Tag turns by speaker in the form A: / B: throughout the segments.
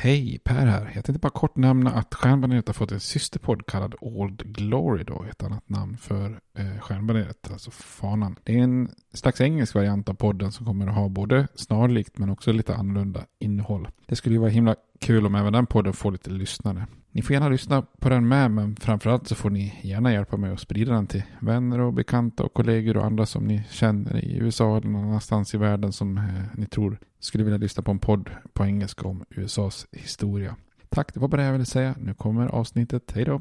A: Hej, Per här. Jag tänkte bara kort nämna att Stjärnbaneret har fått en systerpodd kallad Old Glory då, ett annat namn för Stjärnbaneret, alltså fanan. Det är en slags engelsk variant av podden som kommer att ha både snarlikt men också lite annorlunda innehåll. Det skulle ju vara himla kul om även den podden får lite lyssnare. Ni får gärna lyssna på den med, men framförallt så får ni gärna hjälpa mig att sprida den till vänner och bekanta och kollegor och andra som ni känner i USA eller någon annanstans i världen som ni tror skulle vilja lyssna på en podd på engelska om USAs historia. Tack, det var bara det jag ville säga. Nu kommer avsnittet. Hej då!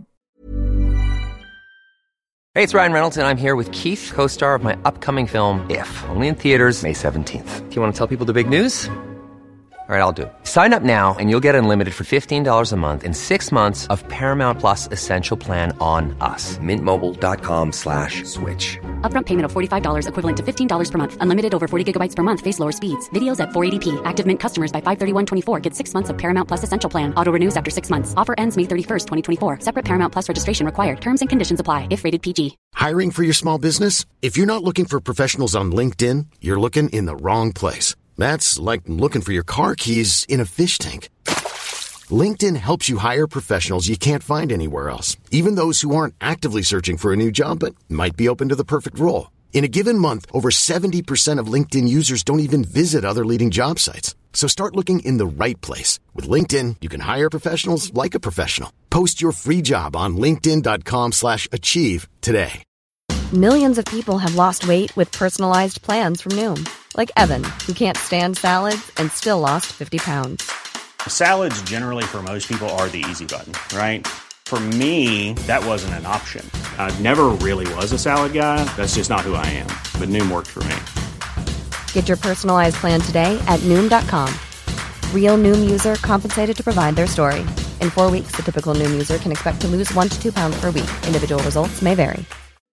B: Hey, it's Ryan Reynolds and I'm here with Keith, co-star of my upcoming film, If, only in theaters May 17th. Do you want to tell people the big news? All right, I'll do it. Sign up now and you'll get unlimited for $15 a month and 6 months of Paramount Plus Essential Plan on us. MintMobile.com/switch.
C: Upfront payment of $45 equivalent to $15 per month. Unlimited over 40 gigabytes per month. Face lower speeds. Videos at 480p. Active Mint customers by 531.24 get 6 months of Paramount Plus Essential Plan. Auto renews after 6 months. Offer ends May 31st, 2024. Separate Paramount Plus registration required. Terms and conditions apply if rated PG.
D: Hiring for your small business? If you're not looking for professionals on LinkedIn, you're looking in the wrong place. That's like looking for your car keys in a fish tank. LinkedIn helps you hire professionals you can't find anywhere else, even those who aren't actively searching for a new job but might be open to the perfect role. In a given month, over 70% of LinkedIn users don't even visit other leading job sites. So start looking in the right place. With LinkedIn, you can hire professionals like a professional. Post your free job on linkedin.com/achieve today.
E: Millions of people have lost weight with personalized plans from Noom. Like Evan, who can't stand salads and still lost 50 pounds.
F: Salads generally for most people are the easy button, right? For me, that wasn't an option. I never really was a salad guy. That's just not who I am. But Noom worked for me.
E: Get your personalized plan today at Noom.com. Real Noom user compensated to provide their story. In 4 weeks, the typical Noom user can expect to lose 1 to 2 pounds per week. Individual results may vary.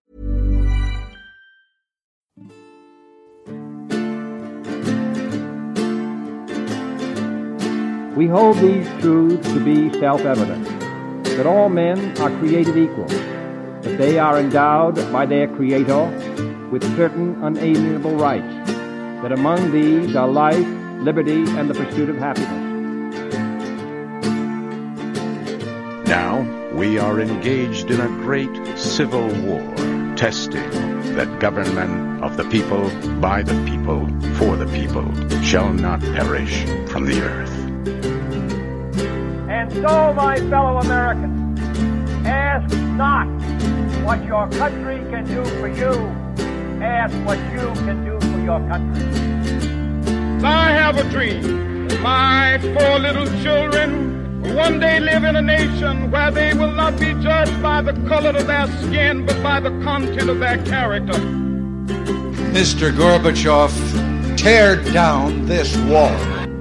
G: We hold these truths to be self-evident, that all men are created equal, that they are endowed by their Creator with certain unalienable rights, that among these are life, liberty, and the pursuit of happiness.
H: Now we are engaged in a great civil war, testing that government of the people, by the people, for the people, shall not perish from the earth.
I: And so, my fellow Americans, ask not what your country can do for you. Ask what you can do for your country.
J: I have a dream. My 4 little children will one day live in a nation where they will not be judged by the color of their skin, but by the content of their character.
K: Mr. Gorbachev, tear down this wall.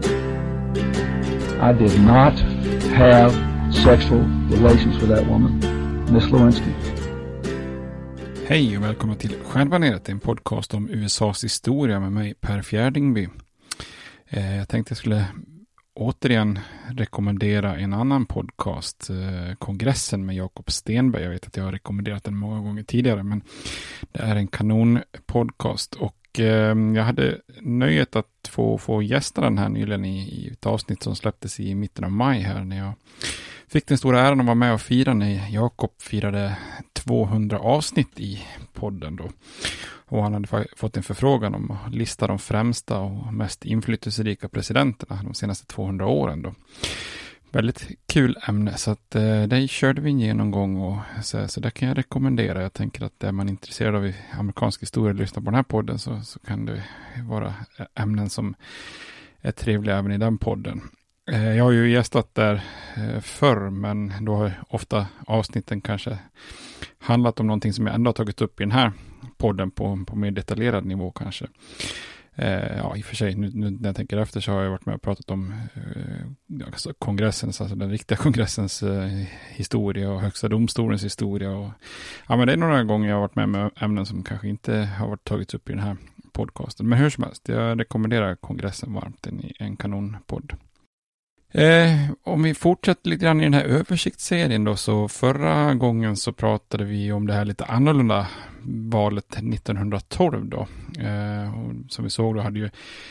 G: I did not have sexual relations with that woman, Miss Lewinsky.
A: Hej och välkomna till Stjärnbaneret, en podcast om USAs historia med mig, Per Fjärdingby. Jag tänkte jag skulle återigen rekommendera en annan podcast, Kongressen med Jakob Stenberg. Jag vet att jag har rekommenderat den många gånger tidigare, men det är en kanonpodcast och jag hade nöjet att få gästa den här nyligen i ett avsnitt som släpptes i mitten av maj här, när jag fick den stora äran att vara med och fira när Jakob firade 200 avsnitt i podden då. Och han hade fått en förfrågan om att lista de främsta och mest inflytelserika presidenterna de senaste 200 åren då. Väldigt kul ämne, så att det körde vi en genomgång och så där kan jag rekommendera. Jag tänker att är man intresserad av amerikansk historia och lyssnar på den här podden så kan det vara ämnen som är trevliga även i den podden. Jag har ju gästat där förr, men då har ofta avsnitten kanske handlat om någonting som jag ändå har tagit upp i den här podden på mer detaljerad nivå kanske. Ja, i och för sig, nu när jag tänker efter så har jag varit med och pratat om kongressens, alltså den riktiga kongressens historia och högsta domstolens historia. Och, ja, men det är några gånger jag har varit med ämnen som kanske inte har varit tagits upp i den här podcasten. Men hur som helst, jag rekommenderar kongressen varmt, en kanonpodd. Om vi fortsätter lite grann i den här översiktsserien då, så förra gången så pratade vi om det här lite annorlunda valet 1912 då. Och som vi såg då hade ju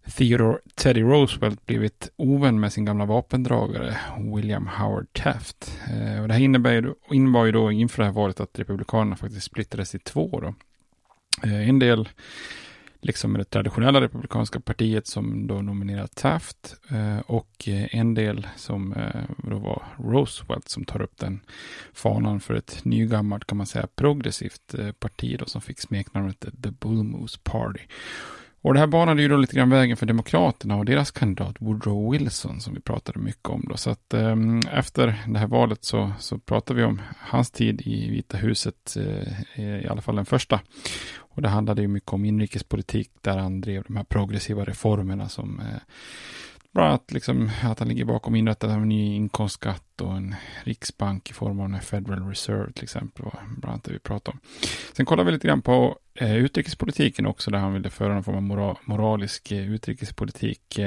A: Theodore Teddy Roosevelt blivit ovän med sin gamla vapendragare William Howard Taft. Och det här innebar ju då inför det här valet att republikanerna faktiskt splittrades i två då. En del liksom med det traditionella republikanska partiet som då nominerat Taft och en del som då var Roosevelt som tar upp den fanan för ett nygammalt kan man säga progressivt parti då som fick smeknamnet The Bull Moose Party. Och det här banade ju då lite grann vägen för demokraterna och deras kandidat Woodrow Wilson som vi pratade mycket om då. Så att efter det här valet så pratade vi om hans tid i Vita huset, i alla fall den första. Och det handlade ju mycket om inrikespolitik där han drev de här progressiva reformerna som bland annat liksom att han ligger bakom inrättandet av en ny inkomstskatt och en riksbank i form av en Federal Reserve till exempel, bland annat det vi pratade om. Sen kollar vi lite grann på utrikespolitiken också där han ville föra någon form av moralisk utrikespolitik.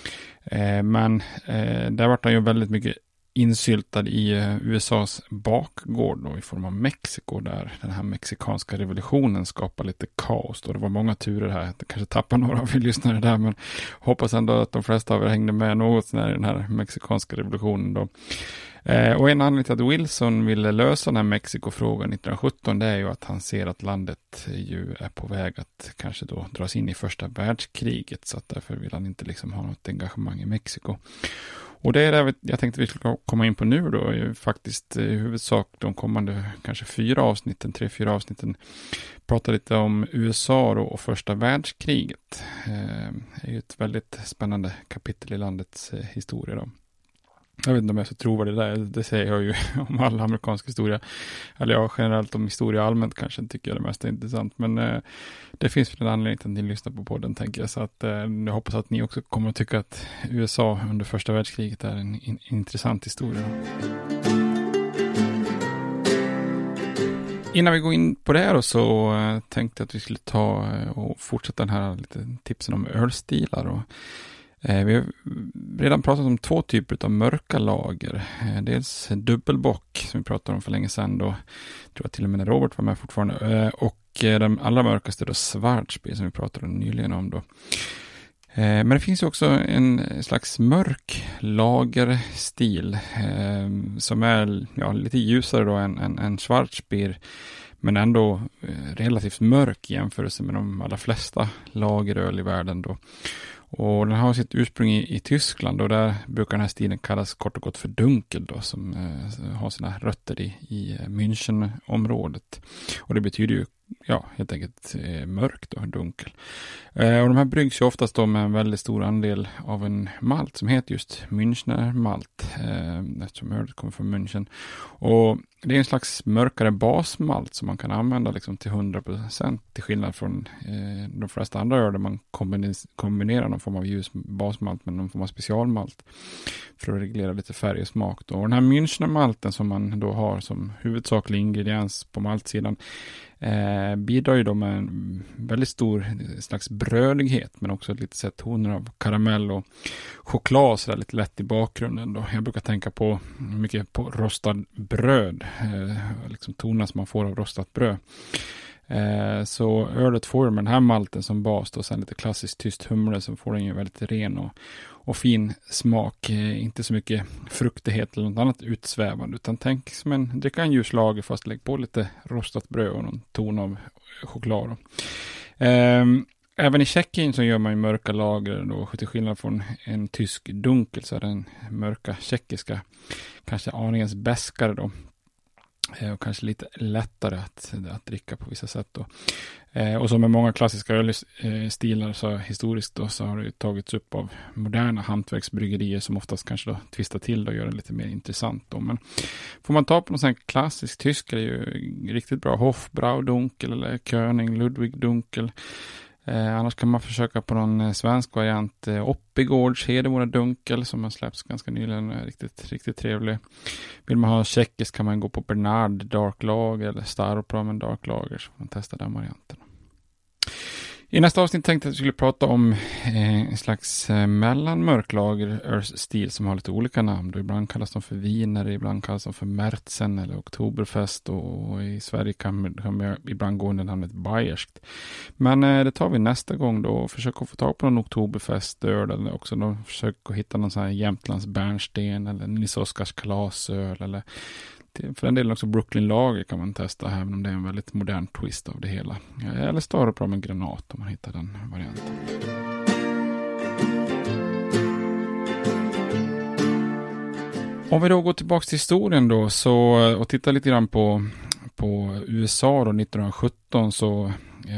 A: Men där var han ju väldigt mycket insyltad i USAs bakgård då, i form av Mexiko där den här mexikanska revolutionen skapar lite kaos då. Det var många turer här, jag kanske tappar några av er lyssnare där men hoppas ändå att de flesta av er hängde med något sådär i den här mexikanska revolutionen då. Och en anledning till att Wilson ville lösa den här Mexiko-frågan 1917 det är ju att han ser att landet ju är på väg att kanske då dras in i första världskriget så att därför vill han inte liksom ha något engagemang i Mexiko. Och det är det jag tänkte vi skulle komma in på nu då, är faktiskt i huvudsak de kommande kanske 3-4 avsnitten prata lite om USA då och första världskriget. Det är ju ett väldigt spännande kapitel i landets historia då. Jag vet inte om jag är så trovärdig där, det säger jag ju om all amerikansk historia. Eller ja, generellt om historia allmänt kanske tycker jag det mest är intressant. Men det finns väl en anledning till att ni lyssnar på podden tänker jag. Så att jag hoppas att ni också kommer att tycka att USA under första världskriget är en intressant historia. Innan vi går in på det då så tänkte jag att vi skulle ta och fortsätta den här lite tipsen om ölstilar och vi har redan pratat om 2 typer av mörka lager. Dels dubbelbock som vi pratade om för länge sedan då. Tror jag till och med när Robert var med fortfarande. Och den allra mörkaste då Schwarzbier som vi pratade nyligen om då. Men det finns ju också en slags mörk lagerstil som är lite ljusare då än Schwarzbier. Men ändå relativt mörk i jämförelse med de allra flesta lageröl i världen då. Och den har sitt ursprung i Tyskland och där brukar den här stilen kallas kort och gott för dunkel då som har sina rötter i Münchenområdet. Och det betyder ju helt enkelt mörkt och dunkel. Och de här bryggs ju oftast då med en väldigt stor andel av en malt som heter just Münchner malt eftersom ölet kommer från München. Och det är en slags mörkare basmalt som man kan använda liksom till 100% till skillnad från de flesta andra öl där man kombinerar någon form av ljus basmalt med någon form av specialmalt för att reglera lite färg och smak då. Och den här Münchner malten som man då har som huvudsaklig ingrediens på maltsidan bidrar ju då med en väldigt stor slags brödighet men också lite så toner av karamell och choklad så där lite lätt i bakgrunden då. Jag brukar tänka på mycket på rostad bröd, liksom tonerna som man får av rostat bröd. Så ölet får med den här malten som bas och sen lite klassiskt tyst humle som får den ju väldigt ren och fin smak. Inte så mycket fruktighet eller något annat utsvävande utan tänk som dricka en ljuslager fast lägg på lite rostat bröd och någon ton av choklad. Även i Tjeckien så gör man ju mörka lager då, till skillnad från en tysk dunkel så är den mörka tjeckiska kanske aningens bäskare då. Och kanske lite lättare att dricka på vissa sätt då. Och som med många klassiska ölstilar så historiskt då så har det tagits upp av moderna hantverksbryggerier som oftast kanske då twistar till det och gör det lite mer intressant då. Men får man ta på någon sån här klassisk tysk är det ju riktigt bra Hofbrau dunkel eller König Ludwig dunkel. Annars kan man försöka på någon svensk variant Oppigårds Hedemora dunkel som har släppts ganska nyligen, riktigt trevlig. Vill man ha tjeckisk kan man gå på Bernard Dark Lager eller Staropramen Dark Lager så får man testa den varianten. I nästa avsnitt tänkte jag att vi skulle prata om en slags mellanmörk lager Earth Steel som har lite olika namn. Ibland kallas de för Wiener, ibland kallas de för Märzen eller Oktoberfest och i Sverige kan man ibland gå under namnet Bayerskt. Men det tar vi nästa gång då och försöker få tag på någon Oktoberfestöl eller också då försöker hitta någon sån här Jämtlands Bärnsten eller Nils Oskars kalasöl eller för den delen också Brooklyn Lager kan man testa även om det är en väldigt modern twist av det hela. Eller Starup med granat om man hittar den varianten. Om vi då går tillbaka till historien då och tittar lite grann på USA då 1917 så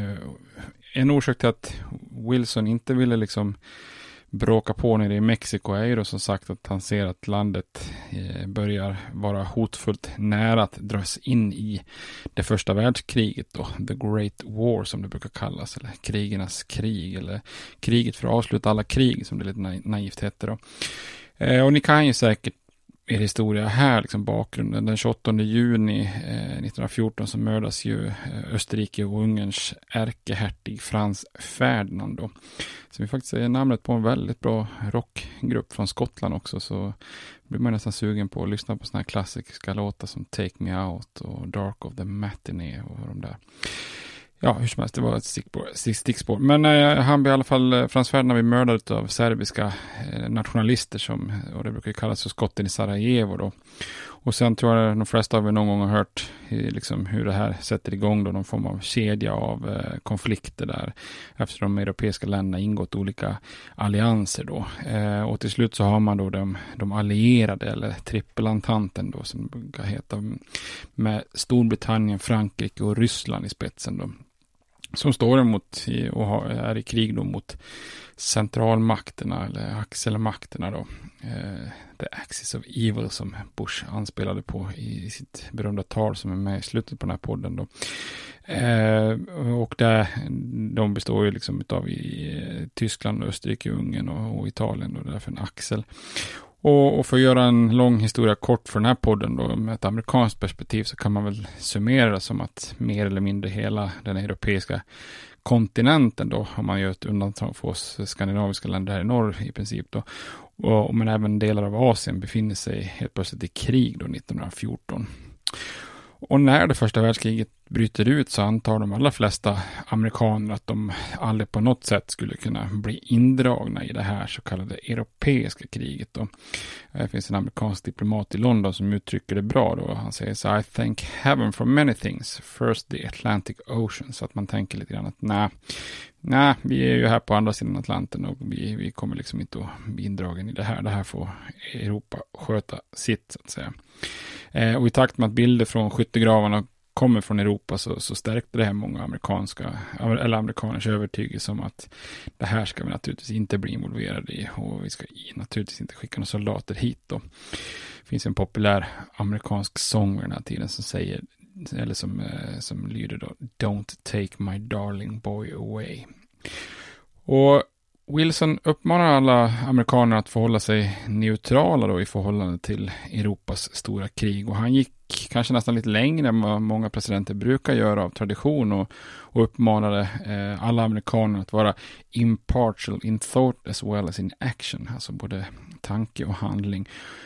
A: en orsak till att Wilson inte ville liksom bråka på nere i Mexiko är ju då som sagt att han ser att landet börjar vara hotfullt nära att dras in i det första världskriget då, The Great War som det brukar kallas, eller krigernas krig, eller kriget för att avsluta alla krig som det lite naivt heter då. Och ni kan ju säkert er historia här, liksom bakgrunden. Den 28 juni 1914 så mördas ju Österrike och Ungerns ärkehertig Frans Ferdinand då. Som faktiskt är namnet på en väldigt bra rockgrupp från Skottland också, så blir man nästan sugen på att lyssna på såna här klassiska låtar som Take Me Out och Dark of the Matinee och de där. Ja, hur som helst, det var ett stickspår. Men han blev i alla fall, Frans Ferdinand blev mördad av serbiska nationalister och det brukar ju kallas för skotten i Sarajevo då. Och sen tror jag de flesta av er någon gång har hört liksom hur det här sätter igång då någon form av kedja av konflikter där eftersom de europeiska länderna ingått olika allianser då. Och till slut så har man då de allierade eller trippelantanten då som det brukar heta med Storbritannien, Frankrike och Ryssland i spetsen då. Som står emot och är i krig då mot centralmakterna eller axelmakterna då. The Axis of Evil som Bush anspelade på i sitt berömda tal som är med i slutet på den här podden då. Och de består ju liksom utav i Tyskland, Österrike, Ungern och Italien då, därför en axel. Och för att göra en lång historia kort för den här podden då, med ett amerikanskt perspektiv så kan man väl summera det som att mer eller mindre hela den europeiska kontinenten då, om man gör ett undantag för oss skandinaviska länder här i norr i princip då, men även delar av Asien befinner sig helt plötsligt i krig då 1914. Och när det första världskriget bryter ut så antar de allra flesta amerikaner att de aldrig på något sätt skulle kunna bli indragna i det här så kallade europeiska kriget då. Det finns en amerikansk diplomat i London som uttrycker det bra då. Han säger så: I thank heaven for many things. First the Atlantic Ocean. Så att man tänker lite grann att nej, vi är ju här på andra sidan Atlanten och vi kommer liksom inte att bli indragen i det här. Det här får Europa sköta sitt så att säga. Och i takt med att bilder från skyttegravarna kommer från Europa så stärkte det här många amerikaners övertygelse om att det här ska vi naturligtvis inte bli involverade i och vi ska naturligtvis inte skicka några soldater hit då. Det finns en populär amerikansk sång den här tiden som säger, eller som lyder då: Don't take my darling boy away. Och Wilson uppmanar alla amerikaner att förhålla sig neutrala då i förhållande till Europas stora krig, och han gick kanske nästan lite längre än vad många presidenter brukar göra av tradition och uppmanade alla amerikaner att vara impartial in thought as well as in action, alltså både tanke och handling.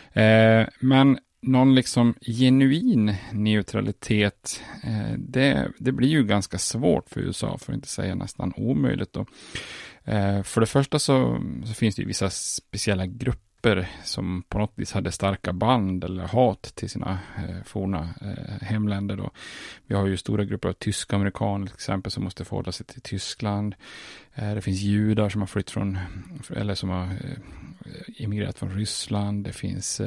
A: Men någon liksom genuin neutralitet, det blir ju ganska svårt för USA, för att inte säga nästan omöjligt då. För det första så finns det ju vissa speciella grupper som på något vis hade starka band eller hat till sina forna hemländer då. Vi har ju stora grupper av tyska amerikaner till exempel som måste förhålla sig till Tyskland. Det finns judar som har flytt från, eller som har emigrerat från Ryssland. Det finns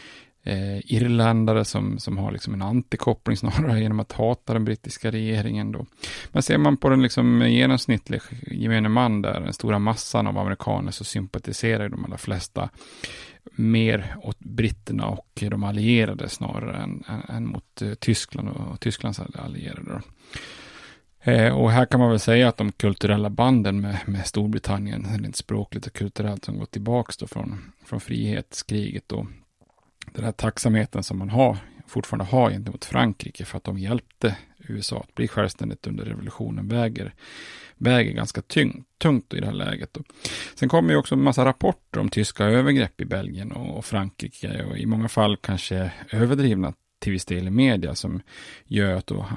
A: irländare som har liksom en antikoppling snarare genom att hata den brittiska regeringen då. Men ser man på den liksom genomsnittliga gemene man där, den stora massan av amerikaner, så sympatiserar de allra flesta mer åt britterna och de allierade snarare än mot Tyskland och Tysklands allierade då. Och här kan man väl säga att de kulturella banden med Storbritannien, rent språkligt och kulturellt, som gått tillbaka då från frihetskriget då. Den här tacksamheten som man fortfarande har gentemot Frankrike för att de hjälpte USA. Att bli självständigt under revolutionen väger ganska tungt i det här läget. Sen kommer ju också en massa rapporter om tyska övergrepp i Belgien och Frankrike, och i många fall kanske överdrivna till viss del i media, som gör att då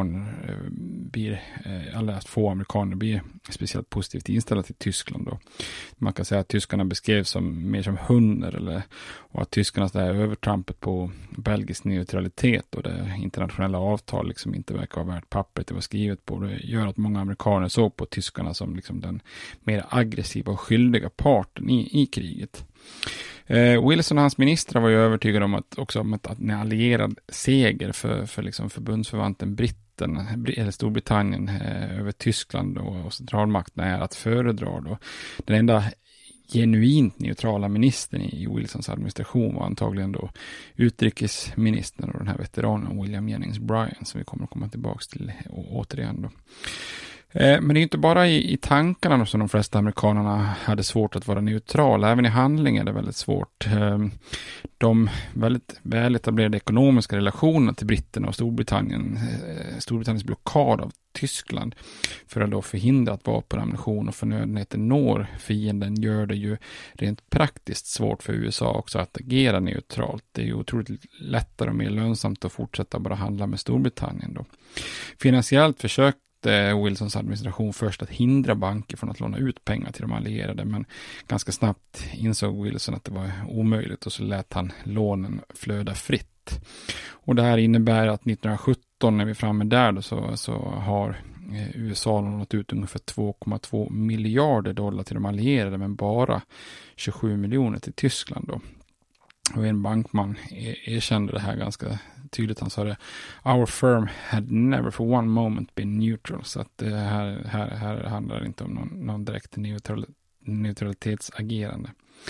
A: få amerikaner blir speciellt positivt inställda till Tyskland då. Man kan säga att tyskarna beskrevs som mer som hunder, och att tyskarnas det här övertrampet på belgisk neutralitet och det internationella avtal liksom inte verkar vara värt pappret det var skrivet på. Det gör att många amerikaner såg på tyskarna som liksom den mer aggressiva och skyldiga parten i kriget. Wilson och hans ministrar var ju övertygade om att en allierad seger för liksom förbundsförvanten eller Storbritannien över Tyskland och centralmakten är att föredra då. Den enda genuint neutrala ministern i Wilsons administration var antagligen då utrikesministern och den här veteranen William Jennings Bryan, som vi kommer att komma tillbaka till återigen då. Men det är inte bara i tankarna som de flesta amerikanerna hade svårt att vara neutrala. Även i handling är det väldigt svårt. De väldigt väletablerade ekonomiska relationerna till britterna och Storbritanniens blockad av Tyskland för att då förhindra att vapen, ammunition och förnödenheter når fienden gör det ju rent praktiskt svårt för USA också att agera neutralt. Det är ju otroligt lättare och mer lönsamt att fortsätta bara handla med Storbritannien då. Finansiellt försökte Wilsons administration först att hindra banker från att låna ut pengar till de allierade, men ganska snabbt insåg Wilson att det var omöjligt och så lät han lånen flöda fritt. Och det här innebär att 1917 när vi är framme där då, så har USA lånat ut ungefär 2,2 miljarder dollar till de allierade, men bara 27 miljoner till Tyskland då. Och en bankman erkände det här ganska tydligt. Han sa det: "Our firm had never for one moment been neutral." Så att det här handlar inte om någon direkt neutralitetsagerande.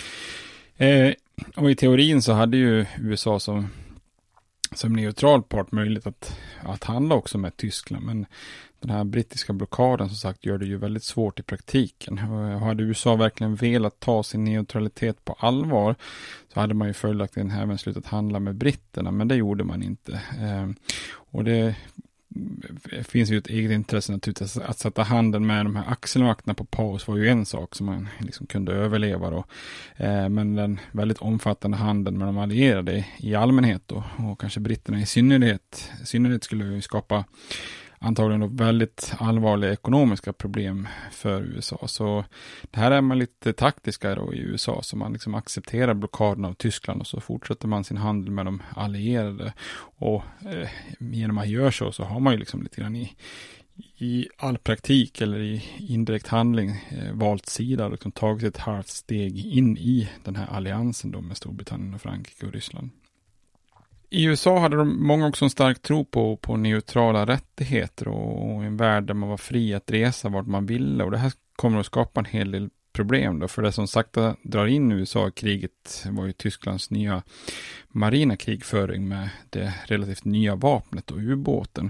A: Och i teorin så hade ju USA som neutral part möjlighet att handla också med Tyskland, men den här brittiska blockaden som sagt gör det ju väldigt svårt i praktiken. Hade USA verkligen velat ta sin neutralitet på allvar så hade man ju följaktligen även slutat handla med britterna, men det gjorde man inte. Och det finns ju ett eget intresse naturligtvis att sätta handeln med de här axelmakterna på paus var ju en sak som man liksom kunde överleva då. Men den väldigt omfattande handeln med de allierade i allmänhet då, och kanske britterna i synnerhet skulle ju skapa antagligen då väldigt allvarliga ekonomiska problem för USA. Så det här är man lite taktiska då i USA, så man liksom accepterar blockaden av Tyskland och så fortsätter man sin handel med de allierade. Och genom att göra så har man ju liksom lite grann i all praktik eller i indirekt handling valt sida och liksom tagit ett halvt steg in i den här alliansen då med Storbritannien och Frankrike och Ryssland. I USA hade många också en stark tro på neutrala rättigheter och en värld där man var fri att resa vart man ville, och det här kommer att skapa en hel del problem då, för det som sakta drar in USA i kriget var ju Tysklands nya marina krigföring med det relativt nya vapnet och ubåten.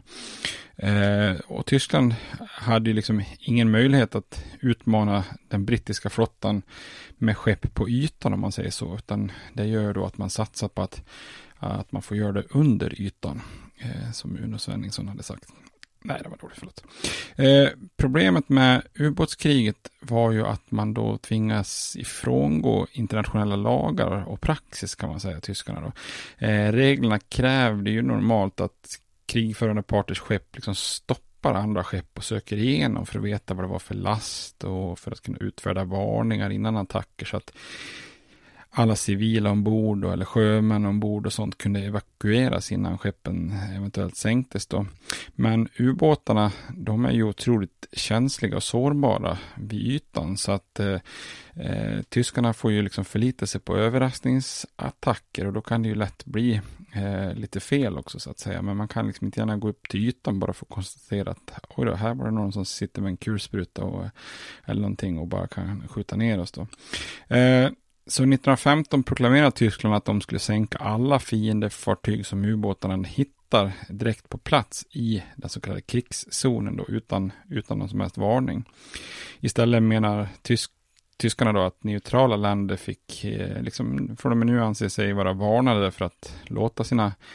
A: Och Tyskland hade ju liksom ingen möjlighet att utmana den brittiska flottan med skepp på ytan, om man säger så, utan det gör då att man satsar på att man får göra det under ytan, som Uno Svenningsson hade sagt. Nej, det var dåligt, förlåt. Problemet med ubåtskriget var ju att man då tvingas ifrångå internationella lagar och praxis, kan man säga, tyskarna då. Reglerna krävde ju normalt att krigförande parters skepp liksom stoppar andra skepp och söker igenom för att veta vad det var för last och för att kunna utfärda varningar innan attacker, så att alla civila ombord eller sjömän ombord och sånt kunde evakueras innan skeppen eventuellt sänktes då. Men ubåtarna, de är ju otroligt känsliga och sårbara vid ytan, så att tyskarna får ju liksom förlita sig på överraskningsattacker, och då kan det ju lätt bli lite fel också, så att säga. Men man kan liksom inte gärna gå upp till ytan bara för att konstatera att oj då, här var det någon som sitter med en kulspruta eller någonting och bara kan skjuta ner oss då. Så 1915 proklamerade Tyskland att de skulle sänka alla fiendefartyg som ubåtarna hittar direkt på plats i den så kallade krigszonen då, utan någon som helst varning. Istället menar tyskarna då att neutrala länder fick liksom från och med nu anse sig vara varnade för att låta sina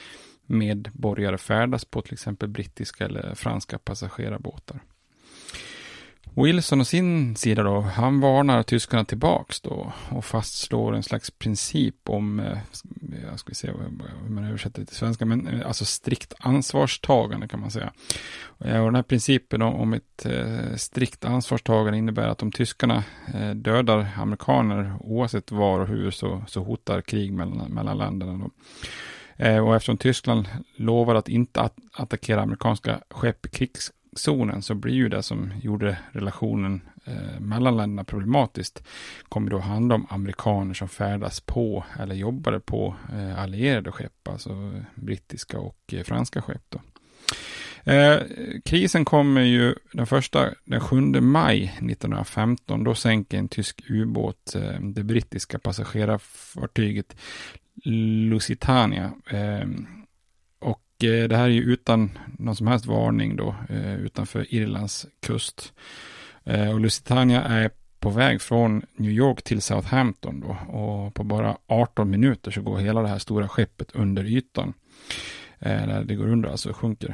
A: medborgare färdas på till exempel brittiska eller franska passagerarbåtar. Wilson å sin sida då, han varnar tyskarna tillbaks då och fastslår en slags princip om, jag ska se hur man översätter det till svenska, men alltså strikt ansvarstagande kan man säga. Och den här principen om ett strikt ansvarstagande innebär att om tyskarna dödar amerikaner oavsett var och hur så hotar krig mellan länderna då. Och eftersom Tyskland lovar att inte attackera amerikanska skepp i krigszonen så blir ju det som gjorde relationen mellan länderna problematiskt kommer då handla om amerikaner som färdas på eller jobbade på allierade skepp, alltså brittiska och franska skepp då. Krisen kommer ju den 7 maj 1915. Då sänker en tysk ubåt det brittiska passagerarfartyget Lusitania. Och det här är ju utan någon som helst varning då, utanför Irlands kust. Och Lusitania är på väg från New York till Southampton då, och på bara 18 minuter så går hela det här stora skeppet under ytan. Det går under, alltså sjunker.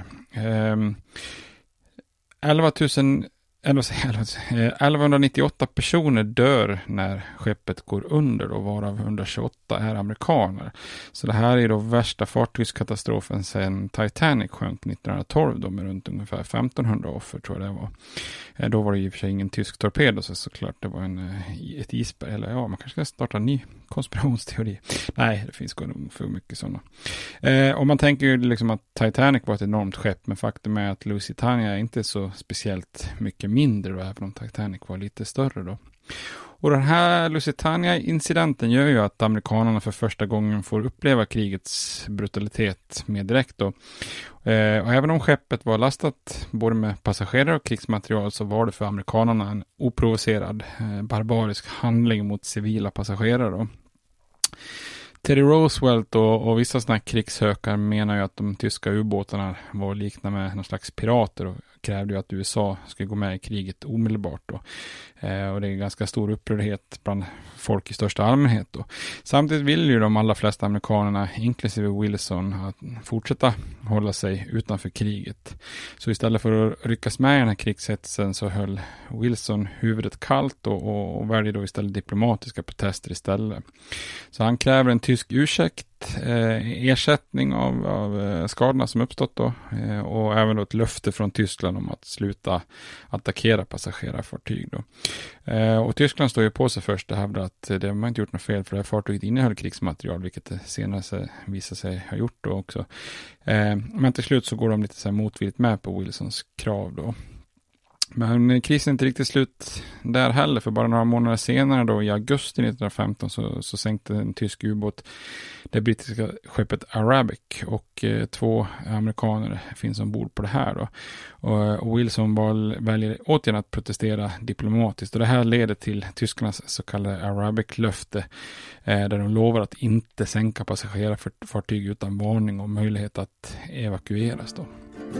A: 1198 personer dör när skeppet går under då, varav 128 är amerikaner. Så det här är då värsta fartygskatastrofen sedan Titanic sjönk 1912 då, med runt ungefär 1500 offer tror jag det var. Då var det i och för sig ingen tysk torpedo så såklart det var ett isberg, eller ja, man kanske ska starta en ny konspirationsteori. Nej, det finns nog för mycket sådana. Och man tänker ju liksom att Titanic var ett enormt skepp, men faktum är att Lusitania är inte så speciellt mycket mindre då, även om Titanic var lite större då. Och den här Lusitania-incidenten gör ju att amerikanerna för första gången får uppleva krigets brutalitet mer direkt då. Och även om skeppet var lastat både med passagerare och krigsmaterial så var det för amerikanerna en oprovocerad barbarisk handling mot civila passagerare då. Teddy Roosevelt och vissa sådana krigshökar menar ju att de tyska ubåtarna var liknande med någon slags pirater och krävde ju att USA skulle gå med i kriget omedelbart då. Och det är ganska stor upprördhet bland folk i största allmänhet då. Samtidigt vill ju de allra flesta amerikanerna, inklusive Wilson, att fortsätta hålla sig utanför kriget. Så istället för att ryckas med i den här krigshetsen så höll Wilson huvudet kallt och väljer då istället diplomatiska protester istället. Så han kräver en tysk ursäkt, ersättning av skadorna som uppstått då, och även då ett löfte från Tyskland om att sluta attackera passagerarfartyg då. Och Tyskland står ju på sig först och hävdar att det har man inte gjort något fel, för det här fartyget innehöll krigsmaterial, vilket det senare visar sig ha gjort då också. Men till slut så går de lite så här motvilligt med på Wilsons krav då. Men krisen är inte riktigt slut där heller, för bara några månader senare då, i augusti 1915 så sänkte en tysk ubåt det brittiska skeppet Arabic, och 2 amerikaner finns ombord på det här då. Och Wilson väljer återigen att protestera diplomatiskt, och det här leder till tyskarnas så kallade Arabic-löfte, där de lovar att inte sänka passagerarfartyg utan varning och möjlighet att evakueras då.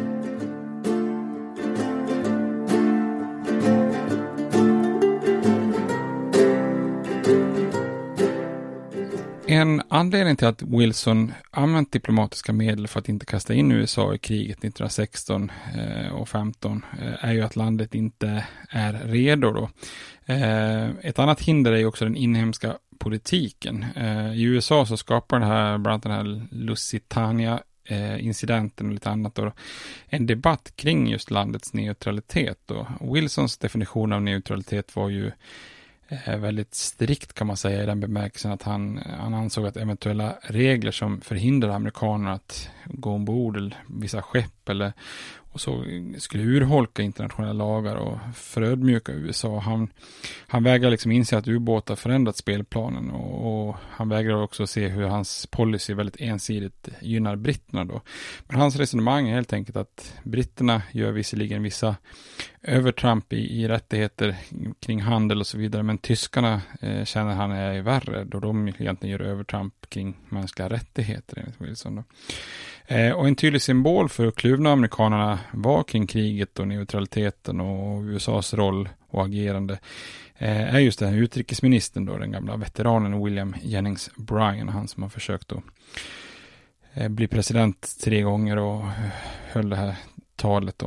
A: En anledning till att Wilson använt diplomatiska medel för att inte kasta in USA i kriget 1916 och 15 är ju att landet inte är redo då. Ett annat hinder är ju också den inhemska politiken. I USA så skapar det här, bland annat den här Lusitania incidenten och lite annat då, en debatt kring just landets neutralitet då. Wilsons definition av neutralitet var ju väldigt strikt kan man säga, i den bemärkelsen att han ansåg att eventuella regler som förhindrar amerikaner att gå ombord eller vissa skepp eller och så skulle urholka internationella lagar och förödmjuka USA. Han vägrar liksom inse att ubåtar förändrat spelplanen, och han vägrar också se hur hans policy väldigt ensidigt gynnar britterna då. Men hans resonemang är helt enkelt att britterna gör visserligen vissa övertramp i rättigheter kring handel och så vidare, men tyskarna känner han är värre då de egentligen gör övertramp kring mänskliga rättigheter enligt Wilson då. Och en tydlig symbol för kluvna amerikanerna var kring kriget och neutraliteten och USAs roll och agerande är just den här utrikesministern då, den gamla veteranen William Jennings Bryan, han som har försökt att bli president 3 gånger och höll det här talet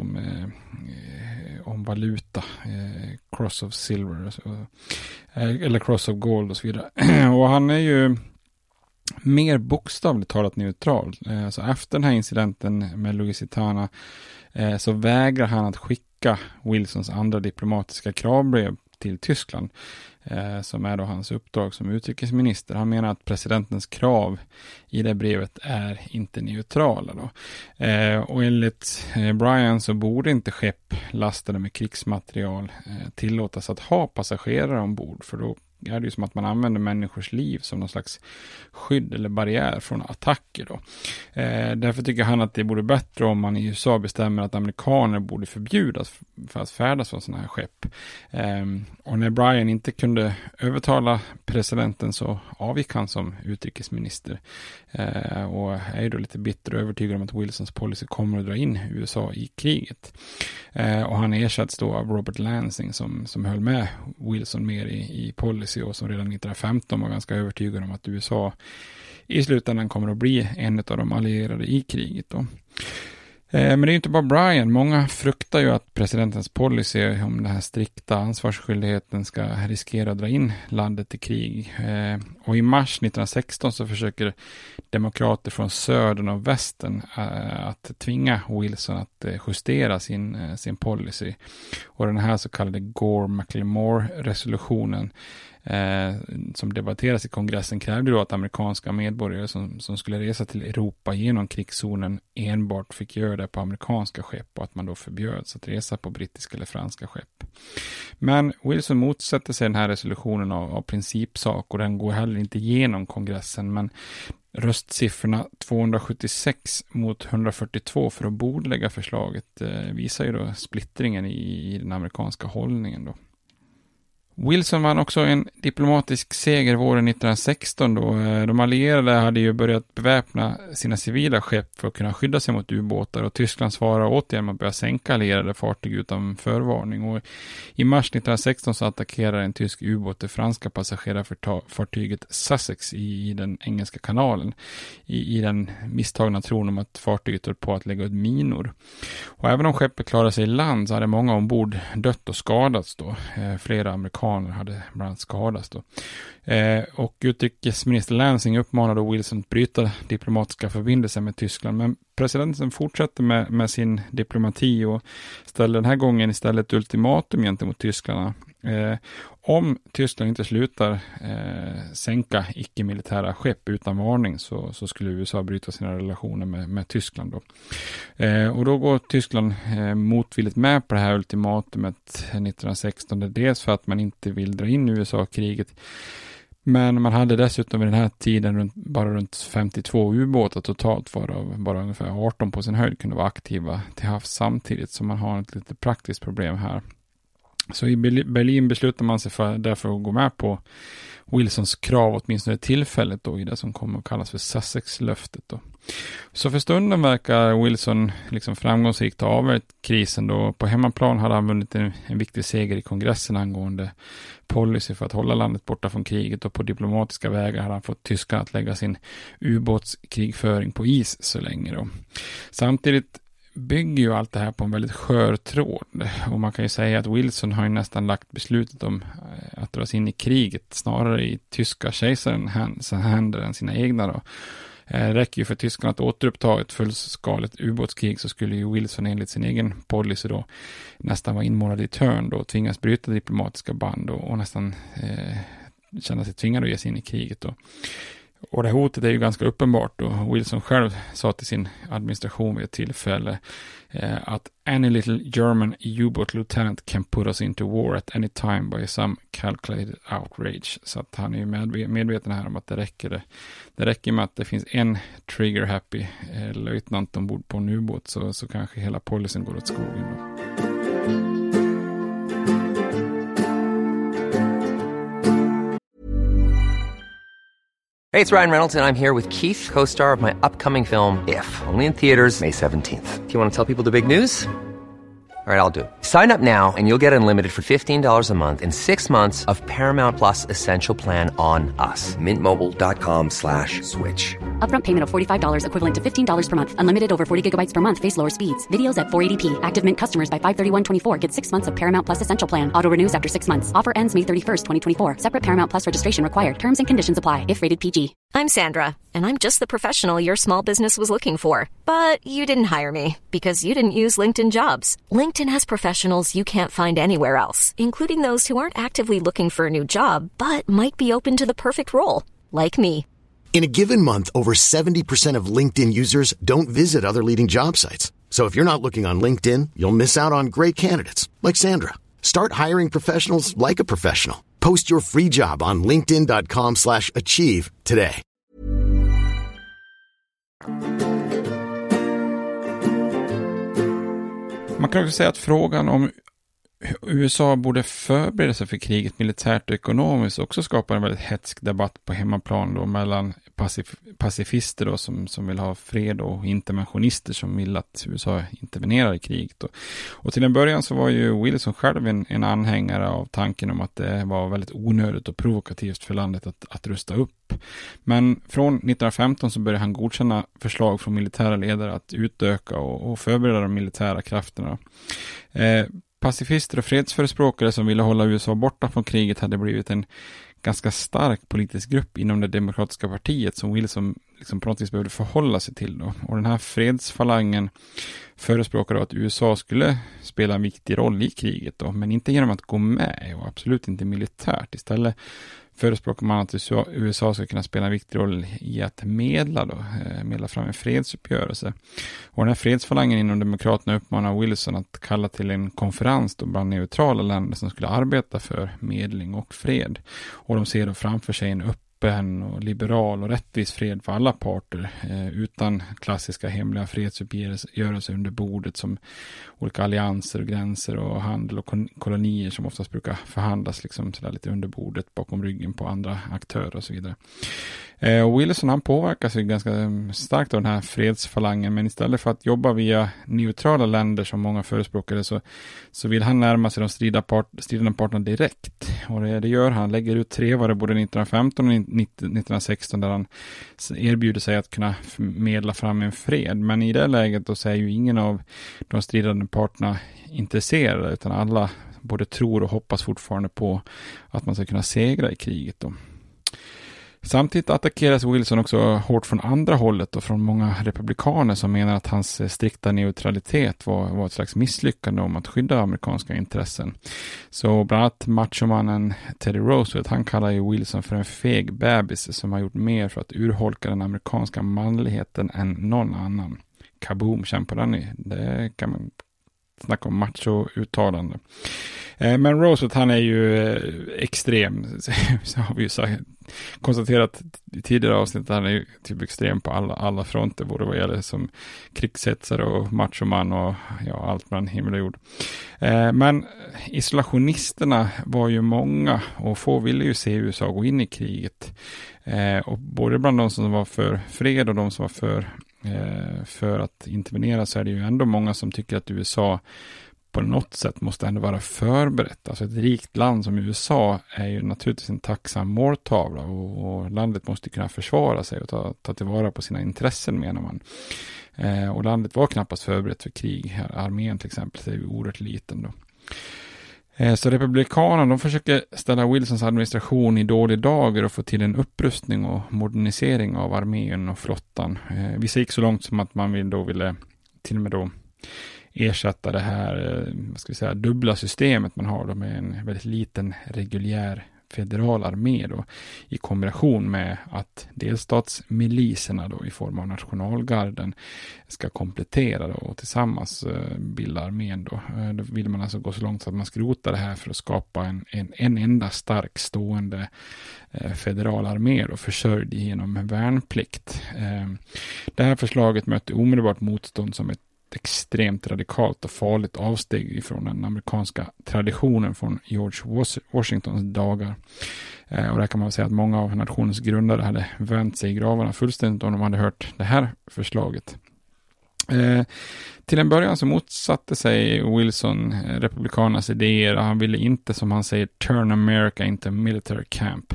A: om valuta, cross of silver eller cross of gold och så vidare. Och han är ju mer bokstavligt talat neutral. Så efter den här incidenten med Lusitania så vägrar han att skicka Wilsons andra diplomatiska kravbrev till Tyskland, som är då hans uppdrag som utrikesminister. Han menar att presidentens krav i det brevet är inte neutrala då. Och enligt Bryan så borde inte skepp lastade med krigsmaterial tillåtas att ha passagerare ombord, för då är det ju som att man använder människors liv som någon slags skydd eller barriär från attacker då. Därför tycker han att det borde bättre om man i USA bestämmer att amerikaner borde förbjudas för att färdas från sådana här skepp. Och när Bryan inte kunde övertala presidenten så avgick han som utrikesminister. Och är ju då lite bitter och övertygad om att Wilsons policy kommer att dra in USA i kriget. Och han ersätts då av Robert Lansing som höll med Wilson mer i policy och som redan 1915 var ganska övertygad om att USA i slutändan kommer att bli en av de allierade i kriget då. Men det är ju inte bara Bryan. Många fruktar ju att presidentens policy om den här strikta ansvarsskyldigheten ska riskera att dra in landet i krig. Och i mars 1916 så försöker demokrater från södern och västern att tvinga Wilson att justera sin policy. Och den här så kallade Gore-McLemore-resolutionen som debatteras i kongressen krävde då att amerikanska medborgare som skulle resa till Europa genom krigszonen enbart fick göra det på amerikanska skepp och att man då förbjöds att resa på brittiska eller franska skepp. Men Wilson motsätter sig den här resolutionen av principsak och den går heller inte igenom kongressen, men röstsiffrorna 276 mot 142 för att bordlägga förslaget visar ju då splittringen i den amerikanska hållningen då. Wilson vann också en diplomatisk seger våren 1916 då de allierade hade ju börjat beväpna sina civila skepp för att kunna skydda sig mot ubåtar, och Tyskland svarade återigen med att börja sänka allierade fartyg utan förvarning. Och i mars 1916 så attackerade en tysk ubåt det franska passagerarfartyget Sussex i den engelska kanalen i den misstagna tron om att fartyget höll på att lägga ut minor. Och även om skeppet klarade sig i land så hade många ombord dött och skadats då. Flera amerikaner hade bland annat skadats då. Och utrikesminister Lansing uppmanade Wilson att bryta diplomatiska förbindelser med Tyskland, men presidenten fortsatte med sin diplomati och ställde den här gången istället ultimatum gentemot Tyskland. Om Tyskland inte slutar sänka icke-militära skepp utan varning så skulle USA bryta sina relationer med Tyskland då. Och då går Tyskland motvilligt med på det här ultimatumet 1916, dels för att man inte vill dra in USA i kriget, men man hade dessutom vid den här tiden bara runt 52 ubåtar totalt, varav bara ungefär 18 på sin höjd kunde vara aktiva till havs samtidigt, så man har ett lite praktiskt problem här. Så i Berlin beslutar man sig därför att gå med på Wilsons krav åtminstone tillfället då i det som kommer att kallas för Sussex-löftet då. Så för stunden verkar Wilson liksom framgångsrikt ha avvärjt krisen då. På hemmaplan hade han vunnit en viktig seger i kongressen angående policy för att hålla landet borta från kriget, och på diplomatiska vägar hade han fått Tyskland att lägga sin ubåtskrigföring på is så länge då. Samtidigt bygger ju allt det här på en väldigt skör tråd, och man kan ju säga att Wilson har ju nästan lagt beslutet om att dra sig in i kriget snarare i tyska kejsarens händer än sina egna då. Räcker ju för Tyskland att återuppta ett fullskaligt ubåtskrig så skulle ju Wilson enligt sin egen policy då nästan vara inmålad i törn då och tvingas bryta diplomatiska band och nästan känna sig tvingad att ge sig in i kriget då. Och det hotet är ju ganska uppenbart och Wilson själv sa till sin administration vid ett tillfälle att any little German U-boat lieutenant can put us into war at any time by some calculated outrage. Så att han är ju medveten här om att det räcker med att det finns en trigger-happy löjtnant ombord på en ubåt så kanske hela policyn går åt skogen då.
B: Hey, it's Ryan Reynolds, and I'm here with Keith, co-star of my upcoming film, If, only in theaters May 17th. Do you want to tell people the big news? All All right, I'll do it. Sign up now and you'll get unlimited for $15 a month and 6 months of Paramount Plus Essential Plan on us. MintMobile.com/switch.
C: Upfront payment of $45 equivalent to $15 per month. Unlimited over 40 gigabytes per month. Face lower speeds. Videos at 480p. Active Mint customers by 531.24 get 6 months of Paramount Plus Essential Plan. Auto renews after 6 months. Offer ends May 31st, 2024. Separate Paramount Plus registration required. Terms and conditions apply if rated PG.
L: I'm Sandra, and I'm just the professional your small business was looking for. But you didn't hire me because you didn't use LinkedIn Jobs. LinkedIn has professionals you can't find anywhere else, including those who aren't actively looking for a new job, but might be open to the perfect role, like me.
D: In a given month, over 70% of LinkedIn users don't visit other leading job sites. So if you're not looking on LinkedIn, you'll miss out on great candidates like Sandra. Start hiring professionals like a professional. Post your free job on linkedin.com/achieve today.
A: Man kan också säga att frågan om USA borde förbereda sig för kriget militärt och ekonomiskt också skapar en väldigt hetsk debatt på hemmaplan då, mellan pacifister då, som vill ha fred och interventionister som vill att USA intervenerar i kriget. Och till en början så var ju Wilson själv en anhängare av tanken om att det var väldigt onödigt och provokativt för landet att rusta upp. Men från 1915 så började han godkänna förslag från militära ledare att utöka och förbereda de militära krafterna. Pacifister och fredsförespråkare som ville hålla USA borta från kriget hade blivit en ganska stark politisk grupp inom det demokratiska partiet som Wilson liksom på något vis behövde förhålla sig till då. Och den här fredsfalangen förespråkade att USA skulle spela en viktig roll i kriget då, men inte genom att gå med och absolut inte militärt. Istället förespråkar man att USA ska kunna spela en viktig roll i att medla fram en fredsuppgörelse. Och den här fredsfalangen inom demokraterna uppmanar Wilson att kalla till en konferens då bland neutrala länder som skulle arbeta för medling och fred. Och de ser då framför sig en öppen och liberal och rättvis fred för alla parter utan klassiska hemliga fredsuppgörelser under bordet som olika allianser och gränser och handel och kolonier som oftast brukar förhandlas liksom sådär lite under bordet bakom ryggen på andra aktörer och så vidare. Och Wilson han påverkas ju ganska starkt av den här fredsfalangen, men istället för att jobba via neutrala länder som många förespråkare så vill han närma sig de stridande parterna direkt. Och det gör han, lägger ut trevare både 1915 och 1916 där han erbjuder sig att kunna medla fram en fred. Men i det läget då så är ju ingen av de stridande parterna intresserade, utan alla både tror och hoppas fortfarande på att man ska kunna segra i kriget då. Samtidigt attackeras Wilson också hårt från andra hållet och från många republikaner som menar att hans strikta neutralitet var ett slags misslyckande om att skydda amerikanska intressen. Så bland annat machomannen Teddy Roosevelt, han kallar ju Wilson för en feg bebis som har gjort mer för att urholka den amerikanska manligheten än någon annan. Kaboom, känn på den. Det kan man snacka om macho-uttalande. Men Roosevelt han är ju extrem, så har vi ju konstaterat i tidigare avsnitt att han är ju typ extrem på alla fronter, både vad gäller som krigshetsare och machoman och ja, allt mellan himmel och jord. Men isolationisterna var ju många och få ville ju se USA gå in i kriget. Och både bland de som var för fred och de som var för att intervenera så är det ju ändå många som tycker att USA på något sätt måste ändå vara förberett. Alltså ett rikt land som USA är ju naturligtvis en tacksam måltavla och landet måste kunna försvara sig och ta tillvara på sina intressen, menar man. Och landet var knappast förberett för krig. Armén till exempel är ju oerhört liten då. Så republikanerna de försöker ställa Wilsons administration i dålig dager och få till en upprustning och modernisering av armén och flottan. Vissa gick så långt som att man ville till och med då ersätta det här dubbla systemet man har då med en väldigt liten reguljär federal armé då, i kombination med att delstatsmiliserna då i form av nationalgarden ska komplettera då, och tillsammans bilda armén då. Då vill man alltså gå så långt så att man skrotar det här för att skapa en enda stark stående federal armé då, försörjd genom värnplikt. Det här förslaget mötte omedelbart motstånd som ett extremt radikalt och farligt avsteg från den amerikanska traditionen från George Washingtons dagar. Och där kan man säga att många av nationens grundare hade vänt sig i gravarna fullständigt om de hade hört det här förslaget. Till en början så motsatte sig Wilson republikanernas idéer och han ville inte, som han säger, turn America into military camp.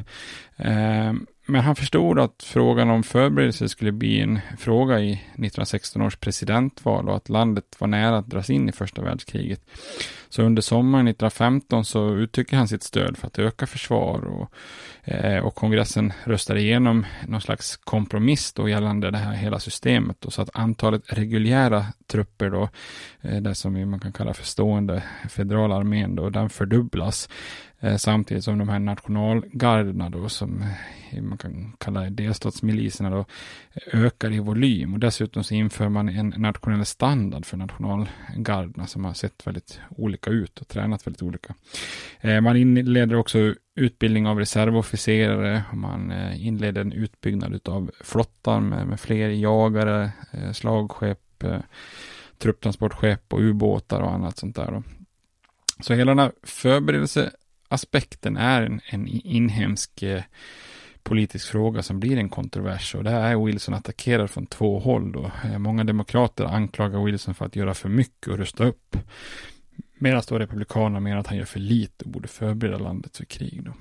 A: Men han förstod att frågan om förberedelse skulle bli en fråga i 1916 års presidentval och att landet var nära att dras in i första världskriget. Så under sommaren 1915 så uttrycker han sitt stöd för att öka försvar och kongressen röstade igenom någon slags kompromiss då gällande det här hela systemet då, så att antalet reguljära trupper då, det som man kan kalla för stående federala armén då, den fördubblas. Samtidigt som de här nationalgarderna då, som man kan kalla delstatsmiliserna då, ökar i volym. Och dessutom så inför man en nationell standard för nationalgarderna som har sett väldigt olika ut och tränat väldigt olika. Man inleder också utbildning av reservofficerare och man inleder en utbyggnad av flottan med fler jagare, slagskepp, trupptransportskepp och ubåtar och annat sånt där då. Så hela den här förberedelseaspekten är en inhemsk politisk fråga som blir en kontrovers och det är Wilson attackerad från två håll då. Många demokrater anklagar Wilson för att göra för mycket och rusta upp, medan då republikanerna menar att han gör för lite och borde förbereda landet för krig då.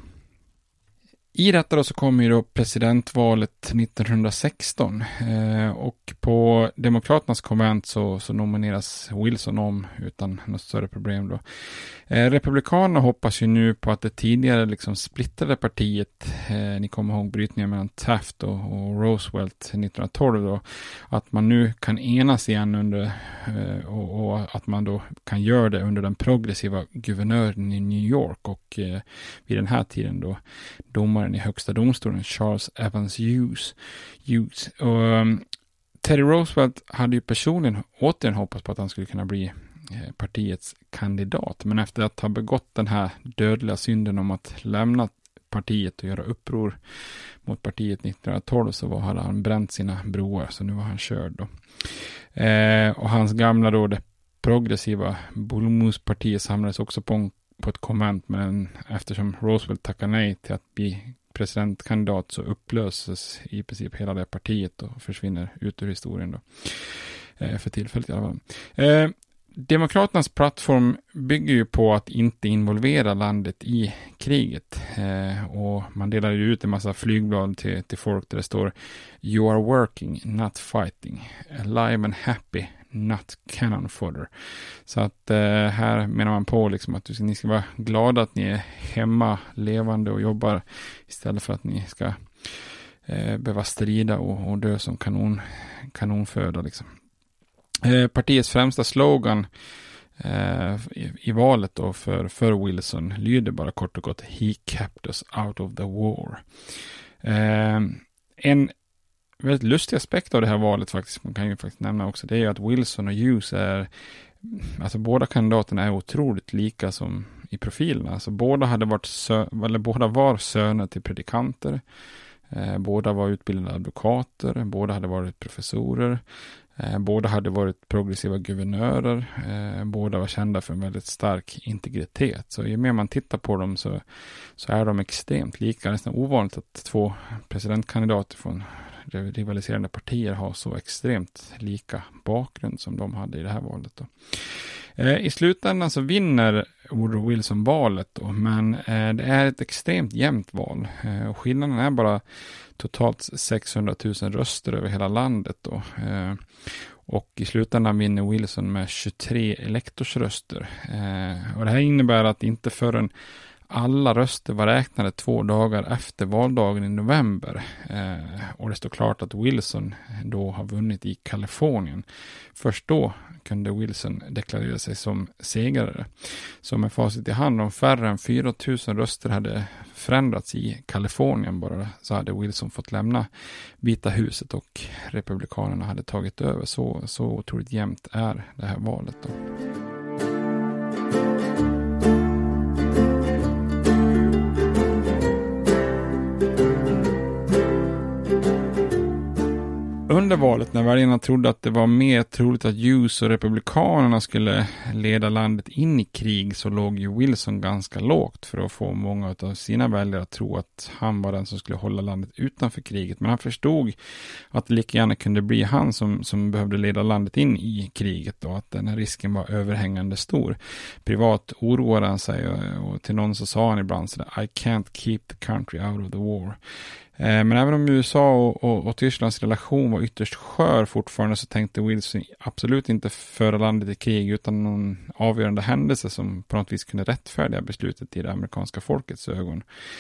A: I detta då så kommer ju då presidentvalet 1916 och på demokraternas konvent så nomineras Wilson om utan något större problem då. Republikanerna hoppas ju nu på att det tidigare liksom splittrade partiet, ni kommer ihåg brytningen mellan Taft och Roosevelt 1912 då, att man nu kan enas igen under och att man då kan göra det under den progressiva guvernören i New York och vid den här tiden då domaren i högsta domstolen Charles Evans Hughes. Och Teddy Roosevelt hade ju personligen återigen hoppats på att han skulle kunna bli partiets kandidat, men efter att ha begått den här dödliga synden om att lämna partiet och göra uppror mot partiet 1912 så hade han bränt sina broar, så nu var han körd då. Och hans gamla då, det progressiva Bullmoose-partiet samlades också på ett konvent, men eftersom Roosevelt tackade nej till att bli presidentkandidat så upplöses i princip hela det partiet och försvinner ut ur historien då. För tillfället i alla fall. Demokraternas plattform bygger ju på att inte involvera landet i kriget. Och man delar ju ut en massa flygblad till folk där det står "You are working, not fighting. Alive and happy, not cannon fodder." Så att här menar man på liksom att ni ska vara glada att ni är hemma, levande och jobbar istället för att ni ska behöva strida och dö som kanonföda liksom. Partiets främsta slogan i valet då för Wilson lyder bara kort och gott "He kept us out of the war". En väldigt lustig aspekt av det här valet faktiskt, man kan ju faktiskt nämna också, det är ju att Wilson och Hughes alltså båda kandidaterna är otroligt lika som i profilerna. Alltså båda var söner till predikanter, båda var utbildade advokater, båda hade varit professorer, båda hade varit progressiva guvernörer, båda var kända för en väldigt stark integritet. Så ju mer man tittar på dem så är de extremt lika. Det är nästan ovanligt att två presidentkandidater från rivaliserande partier har så extremt lika bakgrund som de hade i det här valet då. I slutändan så vinner Woodrow Wilson valet då, men det är ett extremt jämnt val. Och skillnaden är bara totalt 600 000 röster över hela landet då. Och i slutändan vinner Wilson med 23 elektorsröster. Och det här innebär att inte förrän alla röster var räknade 2 dagar efter valdagen i november. Och det står klart att Wilson då har vunnit i Kalifornien. Först då kunde Wilson deklarera sig som segrare. Så med facit i hand, om färre än 4 000 röster hade förändrats i Kalifornien bara, så hade Wilson fått lämna Vita huset och republikanerna hade tagit över. Så otroligt jämnt är det här valet då. under valet, när väljarna trodde att det var mer troligt att Hughes och republikanerna skulle leda landet in i krig, så låg ju Wilson ganska lågt för att få många av sina väljare att tro att han var den som skulle hålla landet utanför kriget. Men han förstod att det lika gärna kunde bli han som behövde leda landet in i kriget, och att den här risken var överhängande stor. Privat oroade han sig, och till någon så sa han ibland så där: I can't keep the country out of the war. Men även om USA och Tysklands relation var ytterst skör fortfarande, så tänkte Wilson absolut inte föra landet i krig utan någon avgörande händelse som på något vis kunde rättfärdiga beslutet i det amerikanska folkets ögon.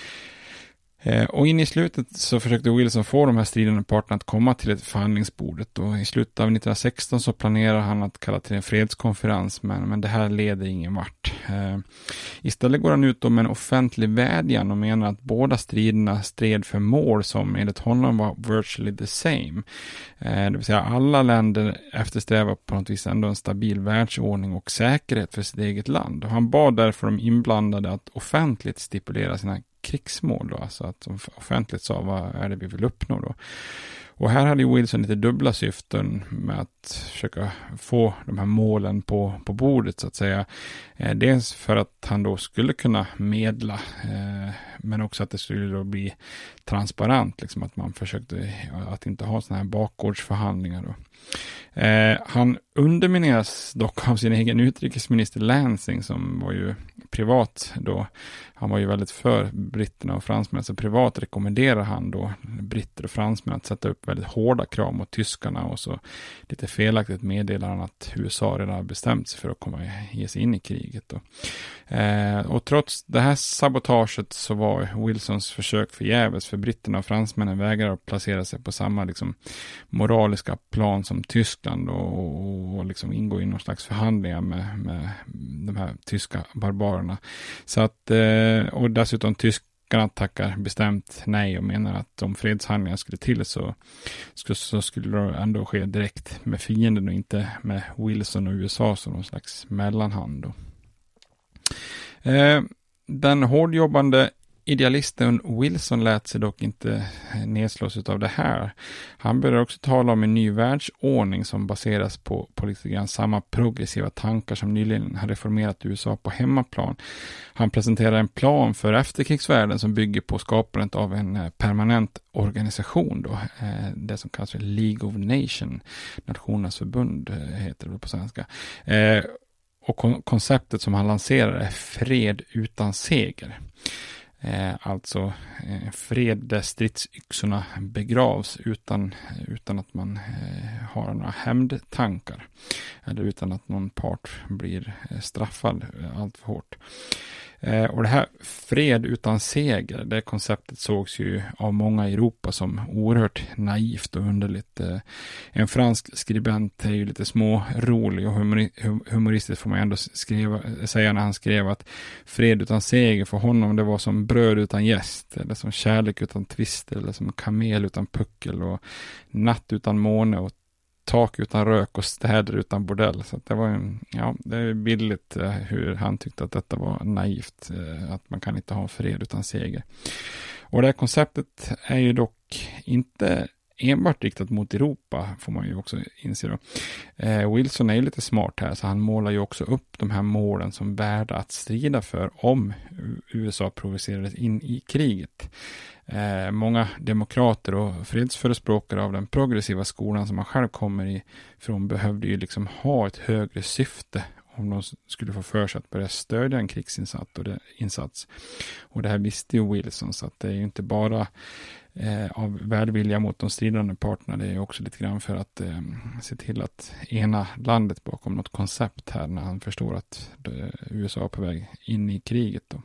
A: Och in i slutet så försökte Wilson få de här stridande parterna att komma till ett förhandlingsbordet, och i slutet av 1916 så planerar han att kalla till en fredskonferens, men det här leder ingen vart. Istället går han ut med en offentlig vädjan och menar att båda striderna stred för mål som enligt honom var virtually the same. Det vill säga alla länder eftersträvar på något vis ändå en stabil världsordning och säkerhet för sitt eget land. Och han bad därför de inblandade att offentligt stipulera sina krigsmål då, alltså att de offentligt sa vad är det vi vill uppnå då. Och här hade Wilson lite dubbla syften med att försöka få de här målen på bordet så att säga. Dels för att han då skulle kunna medla, men också att det skulle då bli transparent, liksom att man försökte att inte ha såna här bakgårdsförhandlingar då. Han undermineras dock av sin egen utrikesminister Lansing, som var ju privat då. Han var ju väldigt för britterna och fransmän, så privat rekommenderar han då britter och fransmän att sätta upp väldigt hårda krav mot tyskarna, och så lite felaktigt meddelar han att USA redan har bestämt sig för att ge sig in i kriget då. Och trots det här sabotaget så var Wilsons försök förgäves, för britterna och fransmännen vägrar att placera sig på samma liksom moraliska plan som Tyskland och liksom ingå i någon slags förhandlingar med de här tyska barbarerna. Så att, och dessutom tyskarna tackar bestämt nej och menar att om fredshandlingar skulle till så skulle det ändå ske direkt med fienden och inte med Wilson och USA som någon slags mellanhand då. Den hårdjobbande idealisten Wilson lät sig dock inte nedslås av det här. Han började också tala om en ny världsordning som baseras på lite grann samma progressiva tankar som nyligen har reformerat USA på hemmaplan. Han presenterade en plan för efterkrigsvärlden som bygger på skapandet av en permanent organisation då, det som kallas för League of Nations, Nationernas förbund heter det på svenska. Och konceptet som han lanserar är fred utan seger. Alltså fred där stridsyxorna begravs utan att man har några hämndtankar, eller utan att någon part blir straffad allt för hårt. Och det här fred utan seger, det konceptet sågs ju av många i Europa som oerhört naivt och underligt. En fransk skribent är ju lite smårolig och humoristiskt får man ändå säga när han skrev att fred utan seger för honom det var som bröd utan jäst, eller som kärlek utan tvist, eller som kamel utan puckel, och natt utan måne och tak utan rök och städer utan bordell. Så att det var det är billigt hur han tyckte att detta var naivt, att man kan inte ha fred utan seger. Och det här konceptet är ju dock inte enbart riktat mot Europa, får man ju också inse då. Wilson är ju lite smart här, så han målar ju också upp de här målen som värda att strida för om USA provocerades in i kriget. Många demokrater och fredsförespråkare av den progressiva skolan som man själv kommer ifrån behövde ju liksom ha ett högre syfte om de skulle få för sig att börja stödja en krigsinsats. Och det här visste ju Wilson, så att det är ju inte bara av välvilja mot de stridande parterna, det är också lite grann för att se till att ena landet bakom något koncept här när han förstår att USA är på väg in i kriget då.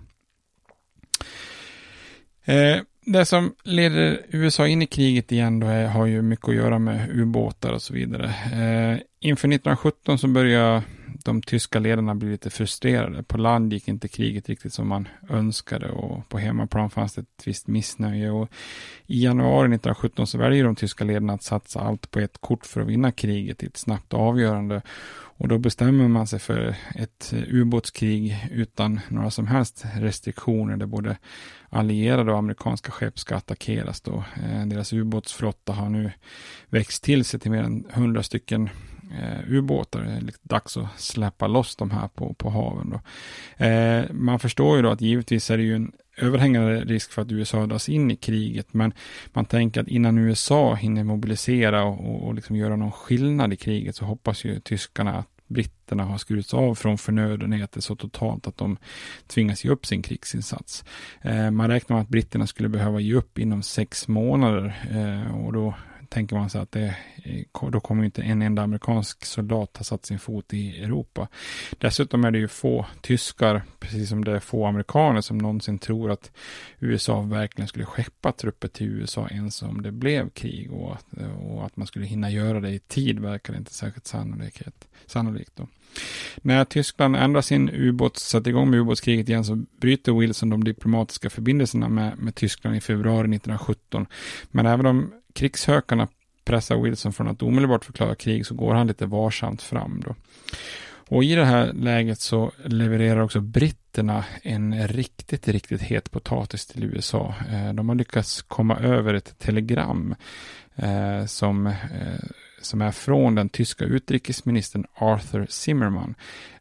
A: Det som leder USA in i kriget igen då har ju mycket att göra med ubåtar och så vidare. Inför 1917 så börjar de tyska ledarna blev lite frustrerade. På land gick inte kriget riktigt som man önskade och på hemmaplan fanns det ett visst missnöje. Och i januari 1917 så väljer de tyska ledarna att satsa allt på ett kort för att vinna kriget i ett snabbt avgörande. Och då bestämmer man sig för ett ubåtskrig utan några som helst restriktioner där både allierade och amerikanska skepp ska attackeras då. Deras ubåtsflotta har nu växt till sig till mer än 100 stycken ubåtar. Det är dags att släppa loss de här på haven då. Man förstår ju då att givetvis är det ju en överhängande risk för att USA dras in i kriget, men man tänker att innan USA hinner mobilisera och liksom göra någon skillnad i kriget så hoppas ju tyskarna att britterna har skurits av från förnödenheter så totalt att de tvingas ge upp sin krigsinsats. Man räknar med att britterna skulle behöva ge upp inom 6 månader och då tänker man sig att då kommer inte en enda amerikansk soldat ha satt sin fot i Europa. Dessutom är det ju få tyskar, precis som det är få amerikaner som någonsin tror att USA verkligen skulle skeppa trupper till USA ens om det blev krig och att man skulle hinna göra det i tid verkar inte särskilt sannolikt då. När Tyskland ändrar sin sätter igång med ubåtskriget igen så bryter Wilson de diplomatiska förbindelserna med Tyskland i februari 1917. Men även om krigshökarna pressar Wilson från att omedelbart förklara krig så går han lite varsamt fram då. Och i det här läget så levererar också britterna en riktigt het potatis till USA. De har lyckats komma över ett telegram som är från den tyska utrikesministern Arthur Zimmermann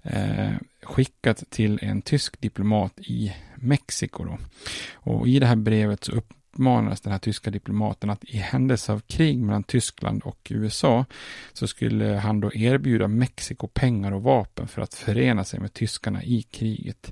A: skickat till en tysk diplomat i Mexiko då. Och i det här brevet så uppmanades den här tyska diplomaten att i händelse av krig mellan Tyskland och USA så skulle han då erbjuda Mexiko pengar och vapen för att förena sig med tyskarna i kriget.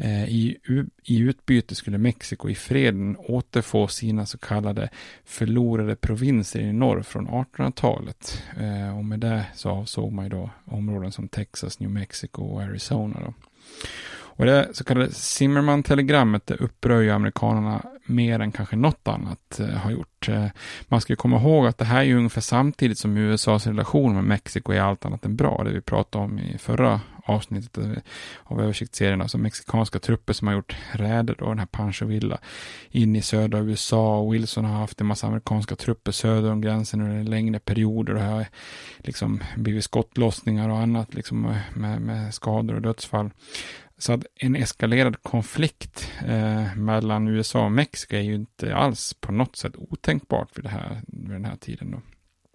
A: I utbyte skulle Mexiko i freden återfå sina så kallade förlorade provinser i norr från 1800-talet. Och med det så avsåg man ju då områden som Texas, New Mexico och Arizona då. Och det så kallade Zimmermann-telegrammet det upprör ju amerikanerna mer än kanske något annat har gjort. Man ska ju komma ihåg att det här är ju ungefär samtidigt som USAs relation med Mexiko är allt annat än bra. Det vi pratade om i förra avsnittet av översiktsserien. Alltså mexikanska trupper som har gjort räder då, den här Pancho Villa in i södra USA. Och Wilson har haft en massa amerikanska trupper söder om gränsen under längre perioder. Det har liksom blivit skottlossningar och annat liksom med skador och dödsfall. Så att en eskalerad konflikt mellan USA och Mexiko är ju inte alls på något sätt otänkbart vid den här tiden då.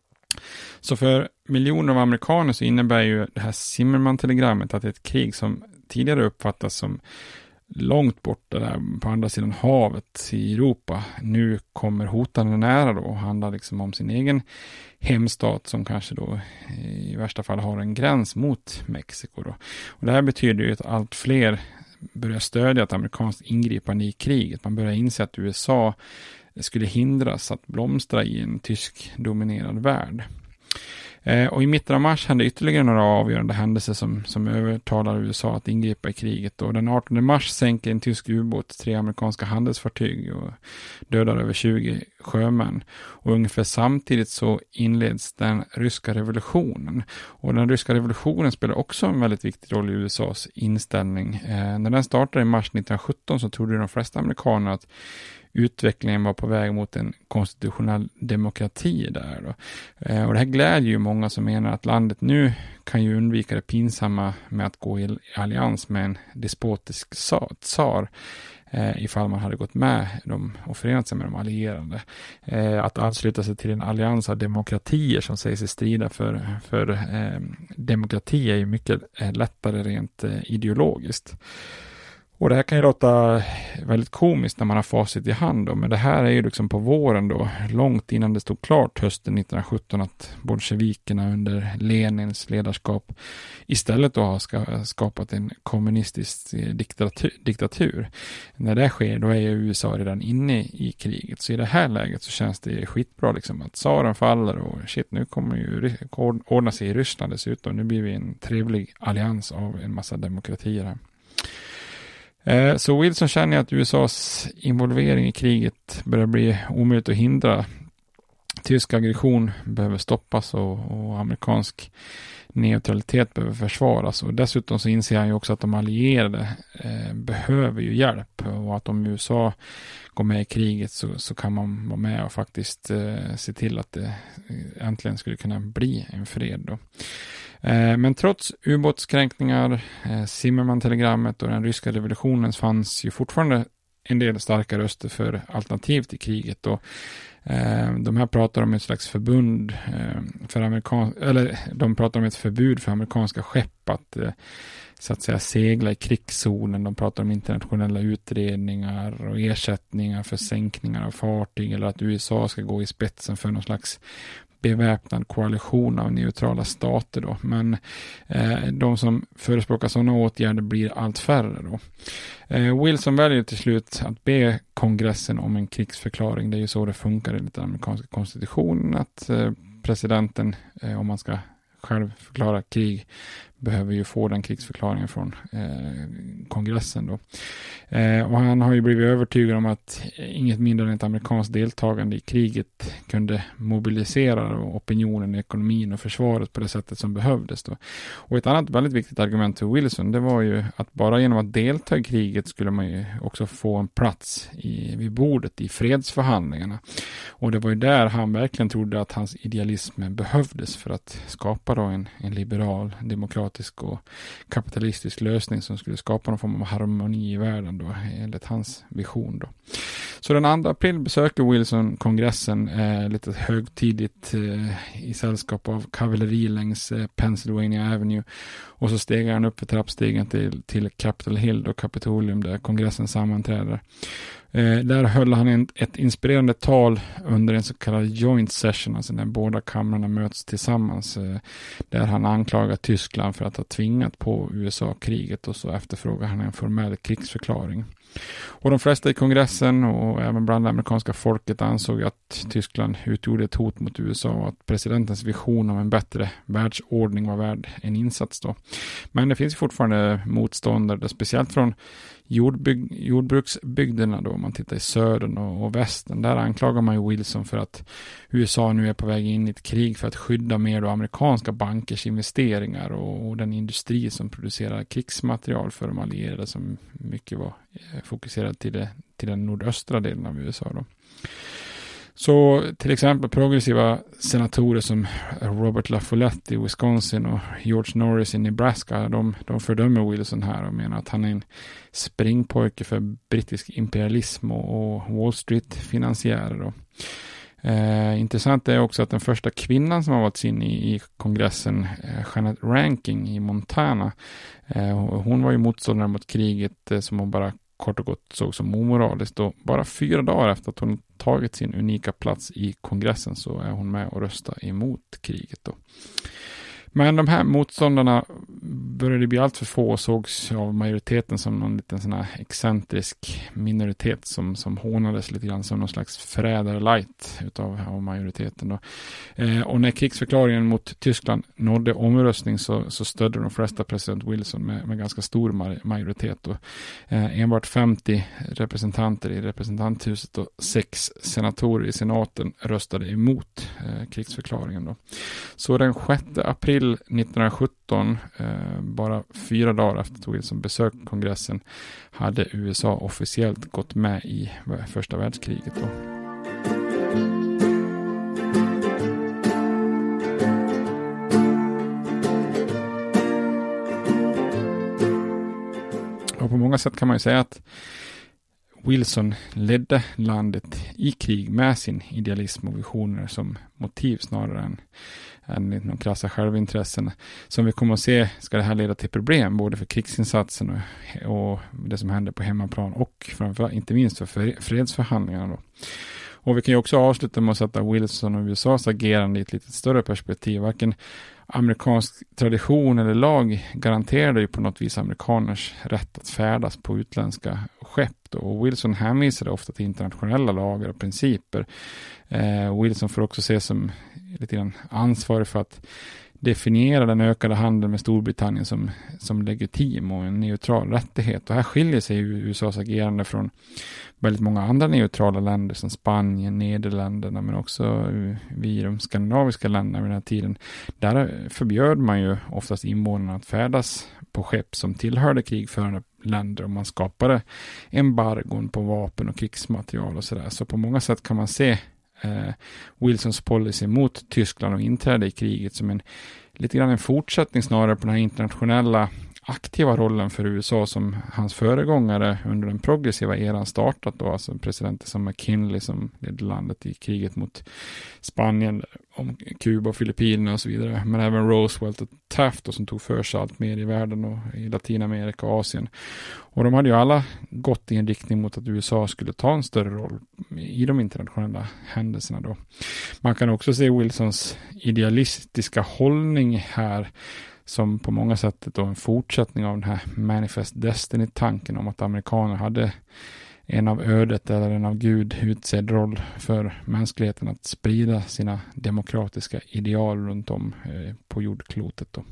A: Så för miljoner av amerikaner så innebär ju det här Zimmermann-telegrammet att ett krig som tidigare uppfattas som långt borta där på andra sidan havet i Europa nu kommer hotande nära då och handlar liksom om sin egen hemstat som kanske då i värsta fall har en gräns mot Mexiko då. Och det här betyder ju att allt fler börjar stödja ett amerikanskt ingripande i kriget. Man börjar inse att USA skulle hindras att blomstra i en tysk-dominerad värld. Och i mitten av mars hände ytterligare några avgörande händelser som övertalar USA att ingripa i kriget. Och den 18 mars sänker en tysk ubåt 3 amerikanska handelsfartyg och dödar över 20 sjömän. Och ungefär samtidigt så inleds den ryska revolutionen. Och den ryska revolutionen spelar också en väldigt viktig roll i USAs inställning. När den startade i mars 1917 så trodde de flesta amerikaner att utvecklingen var på väg mot en konstitutionell demokrati där då. Och det här glädjer ju många som menar att landet nu kan ju undvika det pinsamma med att gå i allians med en despotisk tsar ifall man hade gått med dem och förenat sig med de allierade. Att ansluta sig till en allians av demokratier som säger sig strida för demokrati är ju mycket lättare rent ideologiskt. Och det här kan ju låta väldigt komiskt när man har facit i hand då, men det här är ju liksom på våren då, långt innan det stod klart hösten 1917 att bolsjevikerna under Lenins ledarskap istället då har skapat en kommunistisk diktatur. När det sker då är ju USA redan inne i kriget, så i det här läget så känns det skitbra liksom att tsaren faller och shit, nu kommer ju ordna sig i Ryssland dessutom, nu blir vi en trevlig allians av en massa demokratier här. Så Wilson känner att USAs involvering i kriget börjar bli omöjligt att hindra. tysk aggression behöver stoppas och amerikansk neutralitet behöver försvaras. Och dessutom så inser han ju också att de allierade behöver ju hjälp, och att om USA går med i kriget så kan man vara med och faktiskt se till att det äntligen skulle kunna bli en fred då. Men trots ubåtskränkningar, Zimmermann-telegrammet och den ryska revolutionen fanns ju fortfarande en del starka röster för alternativ till kriget. Och de här pratar om ett slags förbund de pratar om ett förbud för amerikanska skepp att så att säga segla i krigszonen. De pratar om internationella utredningar och ersättningar för sänkningar av fartyg, eller att USA ska gå i spetsen för någon slags beväpnad koalition av neutrala stater då. Men de som förespråkar sådana åtgärder blir allt färre då. Wilson väljer till slut att be kongressen om en krigsförklaring. Det är ju så det funkar enligt den amerikanska konstitutionen, att presidenten, om man ska själv förklara krig, behöver ju få den krigsförklaringen från kongressen då. Och han har ju blivit övertygad om att inget mindre än ett amerikanskt deltagande i kriget kunde mobilisera opinionen i ekonomin och försvaret på det sättet som behövdes då. Och ett annat väldigt viktigt argument för Wilson, det var ju att bara genom att delta i kriget skulle man ju också få en plats vid bordet i fredsförhandlingarna. Och det var ju där han verkligen trodde att hans idealism behövdes för att skapa då en liberal, demokratisk och kapitalistisk lösning som skulle skapa någon form av harmoni i världen då, enligt hans vision då. Så den 2 april besöker Wilson kongressen lite högtidigt i sällskap av kavalleri längs Pennsylvania Avenue, och så stegar han upp för trappstegen till Capitol Hill och Kapitolium där kongressen sammanträder. Där höll han ett inspirerande tal under en så kallad joint session, alltså när båda kamrarna möts tillsammans, där han anklagar Tyskland för att ha tvingat på USA kriget, och så efterfrågar han en formell krigsförklaring. Och de flesta i kongressen och även bland det amerikanska folket ansåg att Tyskland utgjorde ett hot mot USA och att presidentens vision om en bättre världsordning var värd en insats då. Men det finns fortfarande motståndare, speciellt från jordbruksbygderna då, om man tittar i södern och västern. Där anklagar man ju Wilson för att USA nu är på väg in i ett krig för att skydda mer då amerikanska bankers investeringar och den industri som producerar krigsmaterial för de allierade, som mycket var fokuserad till den nordöstra delen av USA då. Så till exempel progressiva senatorer som Robert LaFollette i Wisconsin och George Norris i Nebraska, de fördömer Wilson här och menar att han är en springpojke för brittisk imperialism och Wall Street-finansiärer då. Intressant är också att den första kvinnan som har varit in i kongressen, Janet Rankin i Montana, hon var ju motståndare mot kriget som hon bara kort och gott såg som omoraliskt, och bara 4 dagar efter att hon tagit sin unika plats i kongressen så är hon med och röstar emot kriget då. Men de här motståndarna började bli allt för få och sågs av majoriteten som någon liten sån här excentrisk minoritet som hånades lite grann som någon slags förrädare light av majoriteten då. Och när krigsförklaringen mot Tyskland nådde omröstning så stödde de flesta president Wilson med ganska stor majoritet då. Enbart 50 representanter i representanthuset och 6 senatorer i senaten röstade emot krigsförklaringen då. Så den 6 april 1917, bara 4 dagar efter att Wilson besökt kongressen, hade USA officiellt gått med i första världskriget då. Och på många sätt kan man ju säga att Wilson ledde landet i krig med sin idealism och visioner som motiv snarare än någon krassa självintressen. Som vi kommer att se ska det här leda till problem både för krigsinsatsen och det som händer på hemmaplan och framförallt inte minst för fredsförhandlingarna då. Och vi kan ju också avsluta med att sätta Wilson och USAs agerande i ett lite större perspektiv. Varken amerikansk tradition eller lag garanterade ju på något vis amerikaners rätt att färdas på utländska skepp då. Och Wilson hänvisade ofta till internationella lagar och principer. Wilson får också ses som lite grann ansvarig för att definiera den ökade handeln med Storbritannien som legitim och en neutral rättighet. Och här skiljer sig USAs agerande från väldigt många andra neutrala länder som Spanien, Nederländerna, men också vi i de skandinaviska länderna vid den här tiden. Där förbjöd man ju oftast invånarna att färdas på skepp som tillhörde krigförande länder, och man skapade embargon på vapen och krigsmaterial och sådär. Så på många sätt kan man se Wilsons policy mot Tyskland och inträde i kriget som lite grann en fortsättning snarare på den här internationella aktiva rollen för USA som hans föregångare under den progressiva eran startat då, alltså presidenter som McKinley som ledde landet i kriget mot Spanien, om Kuba och Filippinerna och så vidare, men även Roosevelt och Taft då, som tog för sig allt mer i världen och i Latinamerika och Asien. Och de hade ju alla gått i en riktning mot att USA skulle ta en större roll i de internationella händelserna då. Man kan också se Wilsons idealistiska hållning här som på många sätt då en fortsättning av den här Manifest Destiny-tanken om att amerikaner hade en av ödet eller en av Gud utsedd roll för mänskligheten att sprida sina demokratiska ideal runt om på jordklotet då.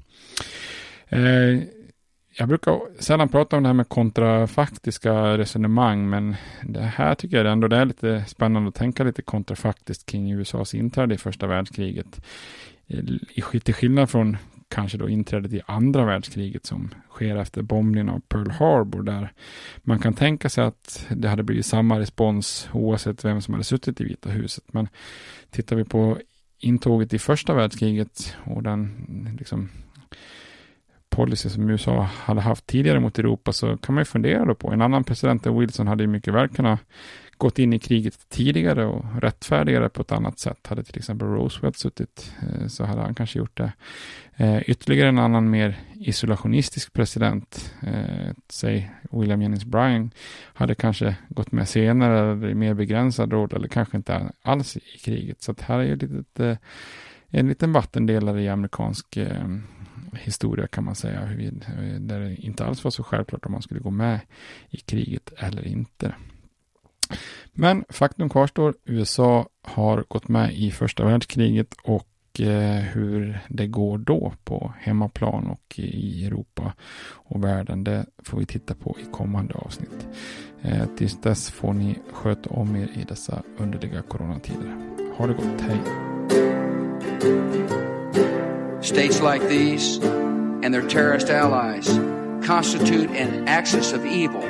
A: Jag brukar sällan prata om det här med kontrafaktiska resonemang, men det här tycker jag ändå det är lite spännande att tänka lite kontrafaktiskt kring USAs inträde i första världskriget. Till skillnad från kanske då inträdet i andra världskriget som sker efter bombningen av Pearl Harbor, där man kan tänka sig att det hade blivit samma respons oavsett vem som hade suttit i Vita huset. Men tittar vi på intåget i första världskriget och den liksom policy som USA hade haft tidigare mot Europa, så kan man ju fundera då på. En annan president, Wilson, hade ju mycket väl kunnat gått in i kriget tidigare och rättfärdigare på ett annat sätt. Hade till exempel Roosevelt suttit så hade han kanske gjort det. Ytterligare en annan mer isolationistisk president, säg William Jennings Bryan, hade kanske gått med senare eller mer begränsad roll eller kanske inte alls i kriget. Så att här är ju en liten vattendelare i amerikansk historia kan man säga, där det inte alls var så självklart om man skulle gå med i kriget eller inte. Men faktum kvarstår, USA har gått med i första världskriget, och hur det går då på hemmaplan och i Europa och världen, det får vi titta på i kommande avsnitt. Tills dess får ni sköta om er i dessa underliga coronatider. Ha det gott, hej!
M: States like these and their terrorist allies constitute an axis of evil.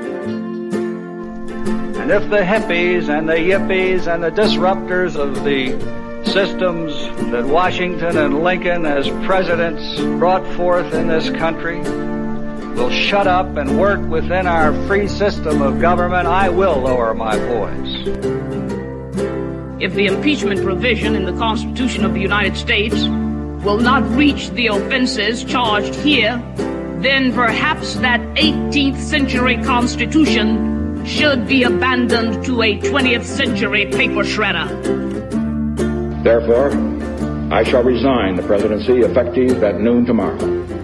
I: And if the hippies and the yippies and the disruptors of the systems that Washington and Lincoln as presidents brought forth in this country will shut up and work within our free system of government, I will lower my voice.
N: If the impeachment provision in the Constitution of the United States will not reach the offenses charged here, then perhaps that 18th century Constitution should be abandoned to a 20th century paper shredder.
O: Therefore, I shall resign the presidency effective at noon tomorrow.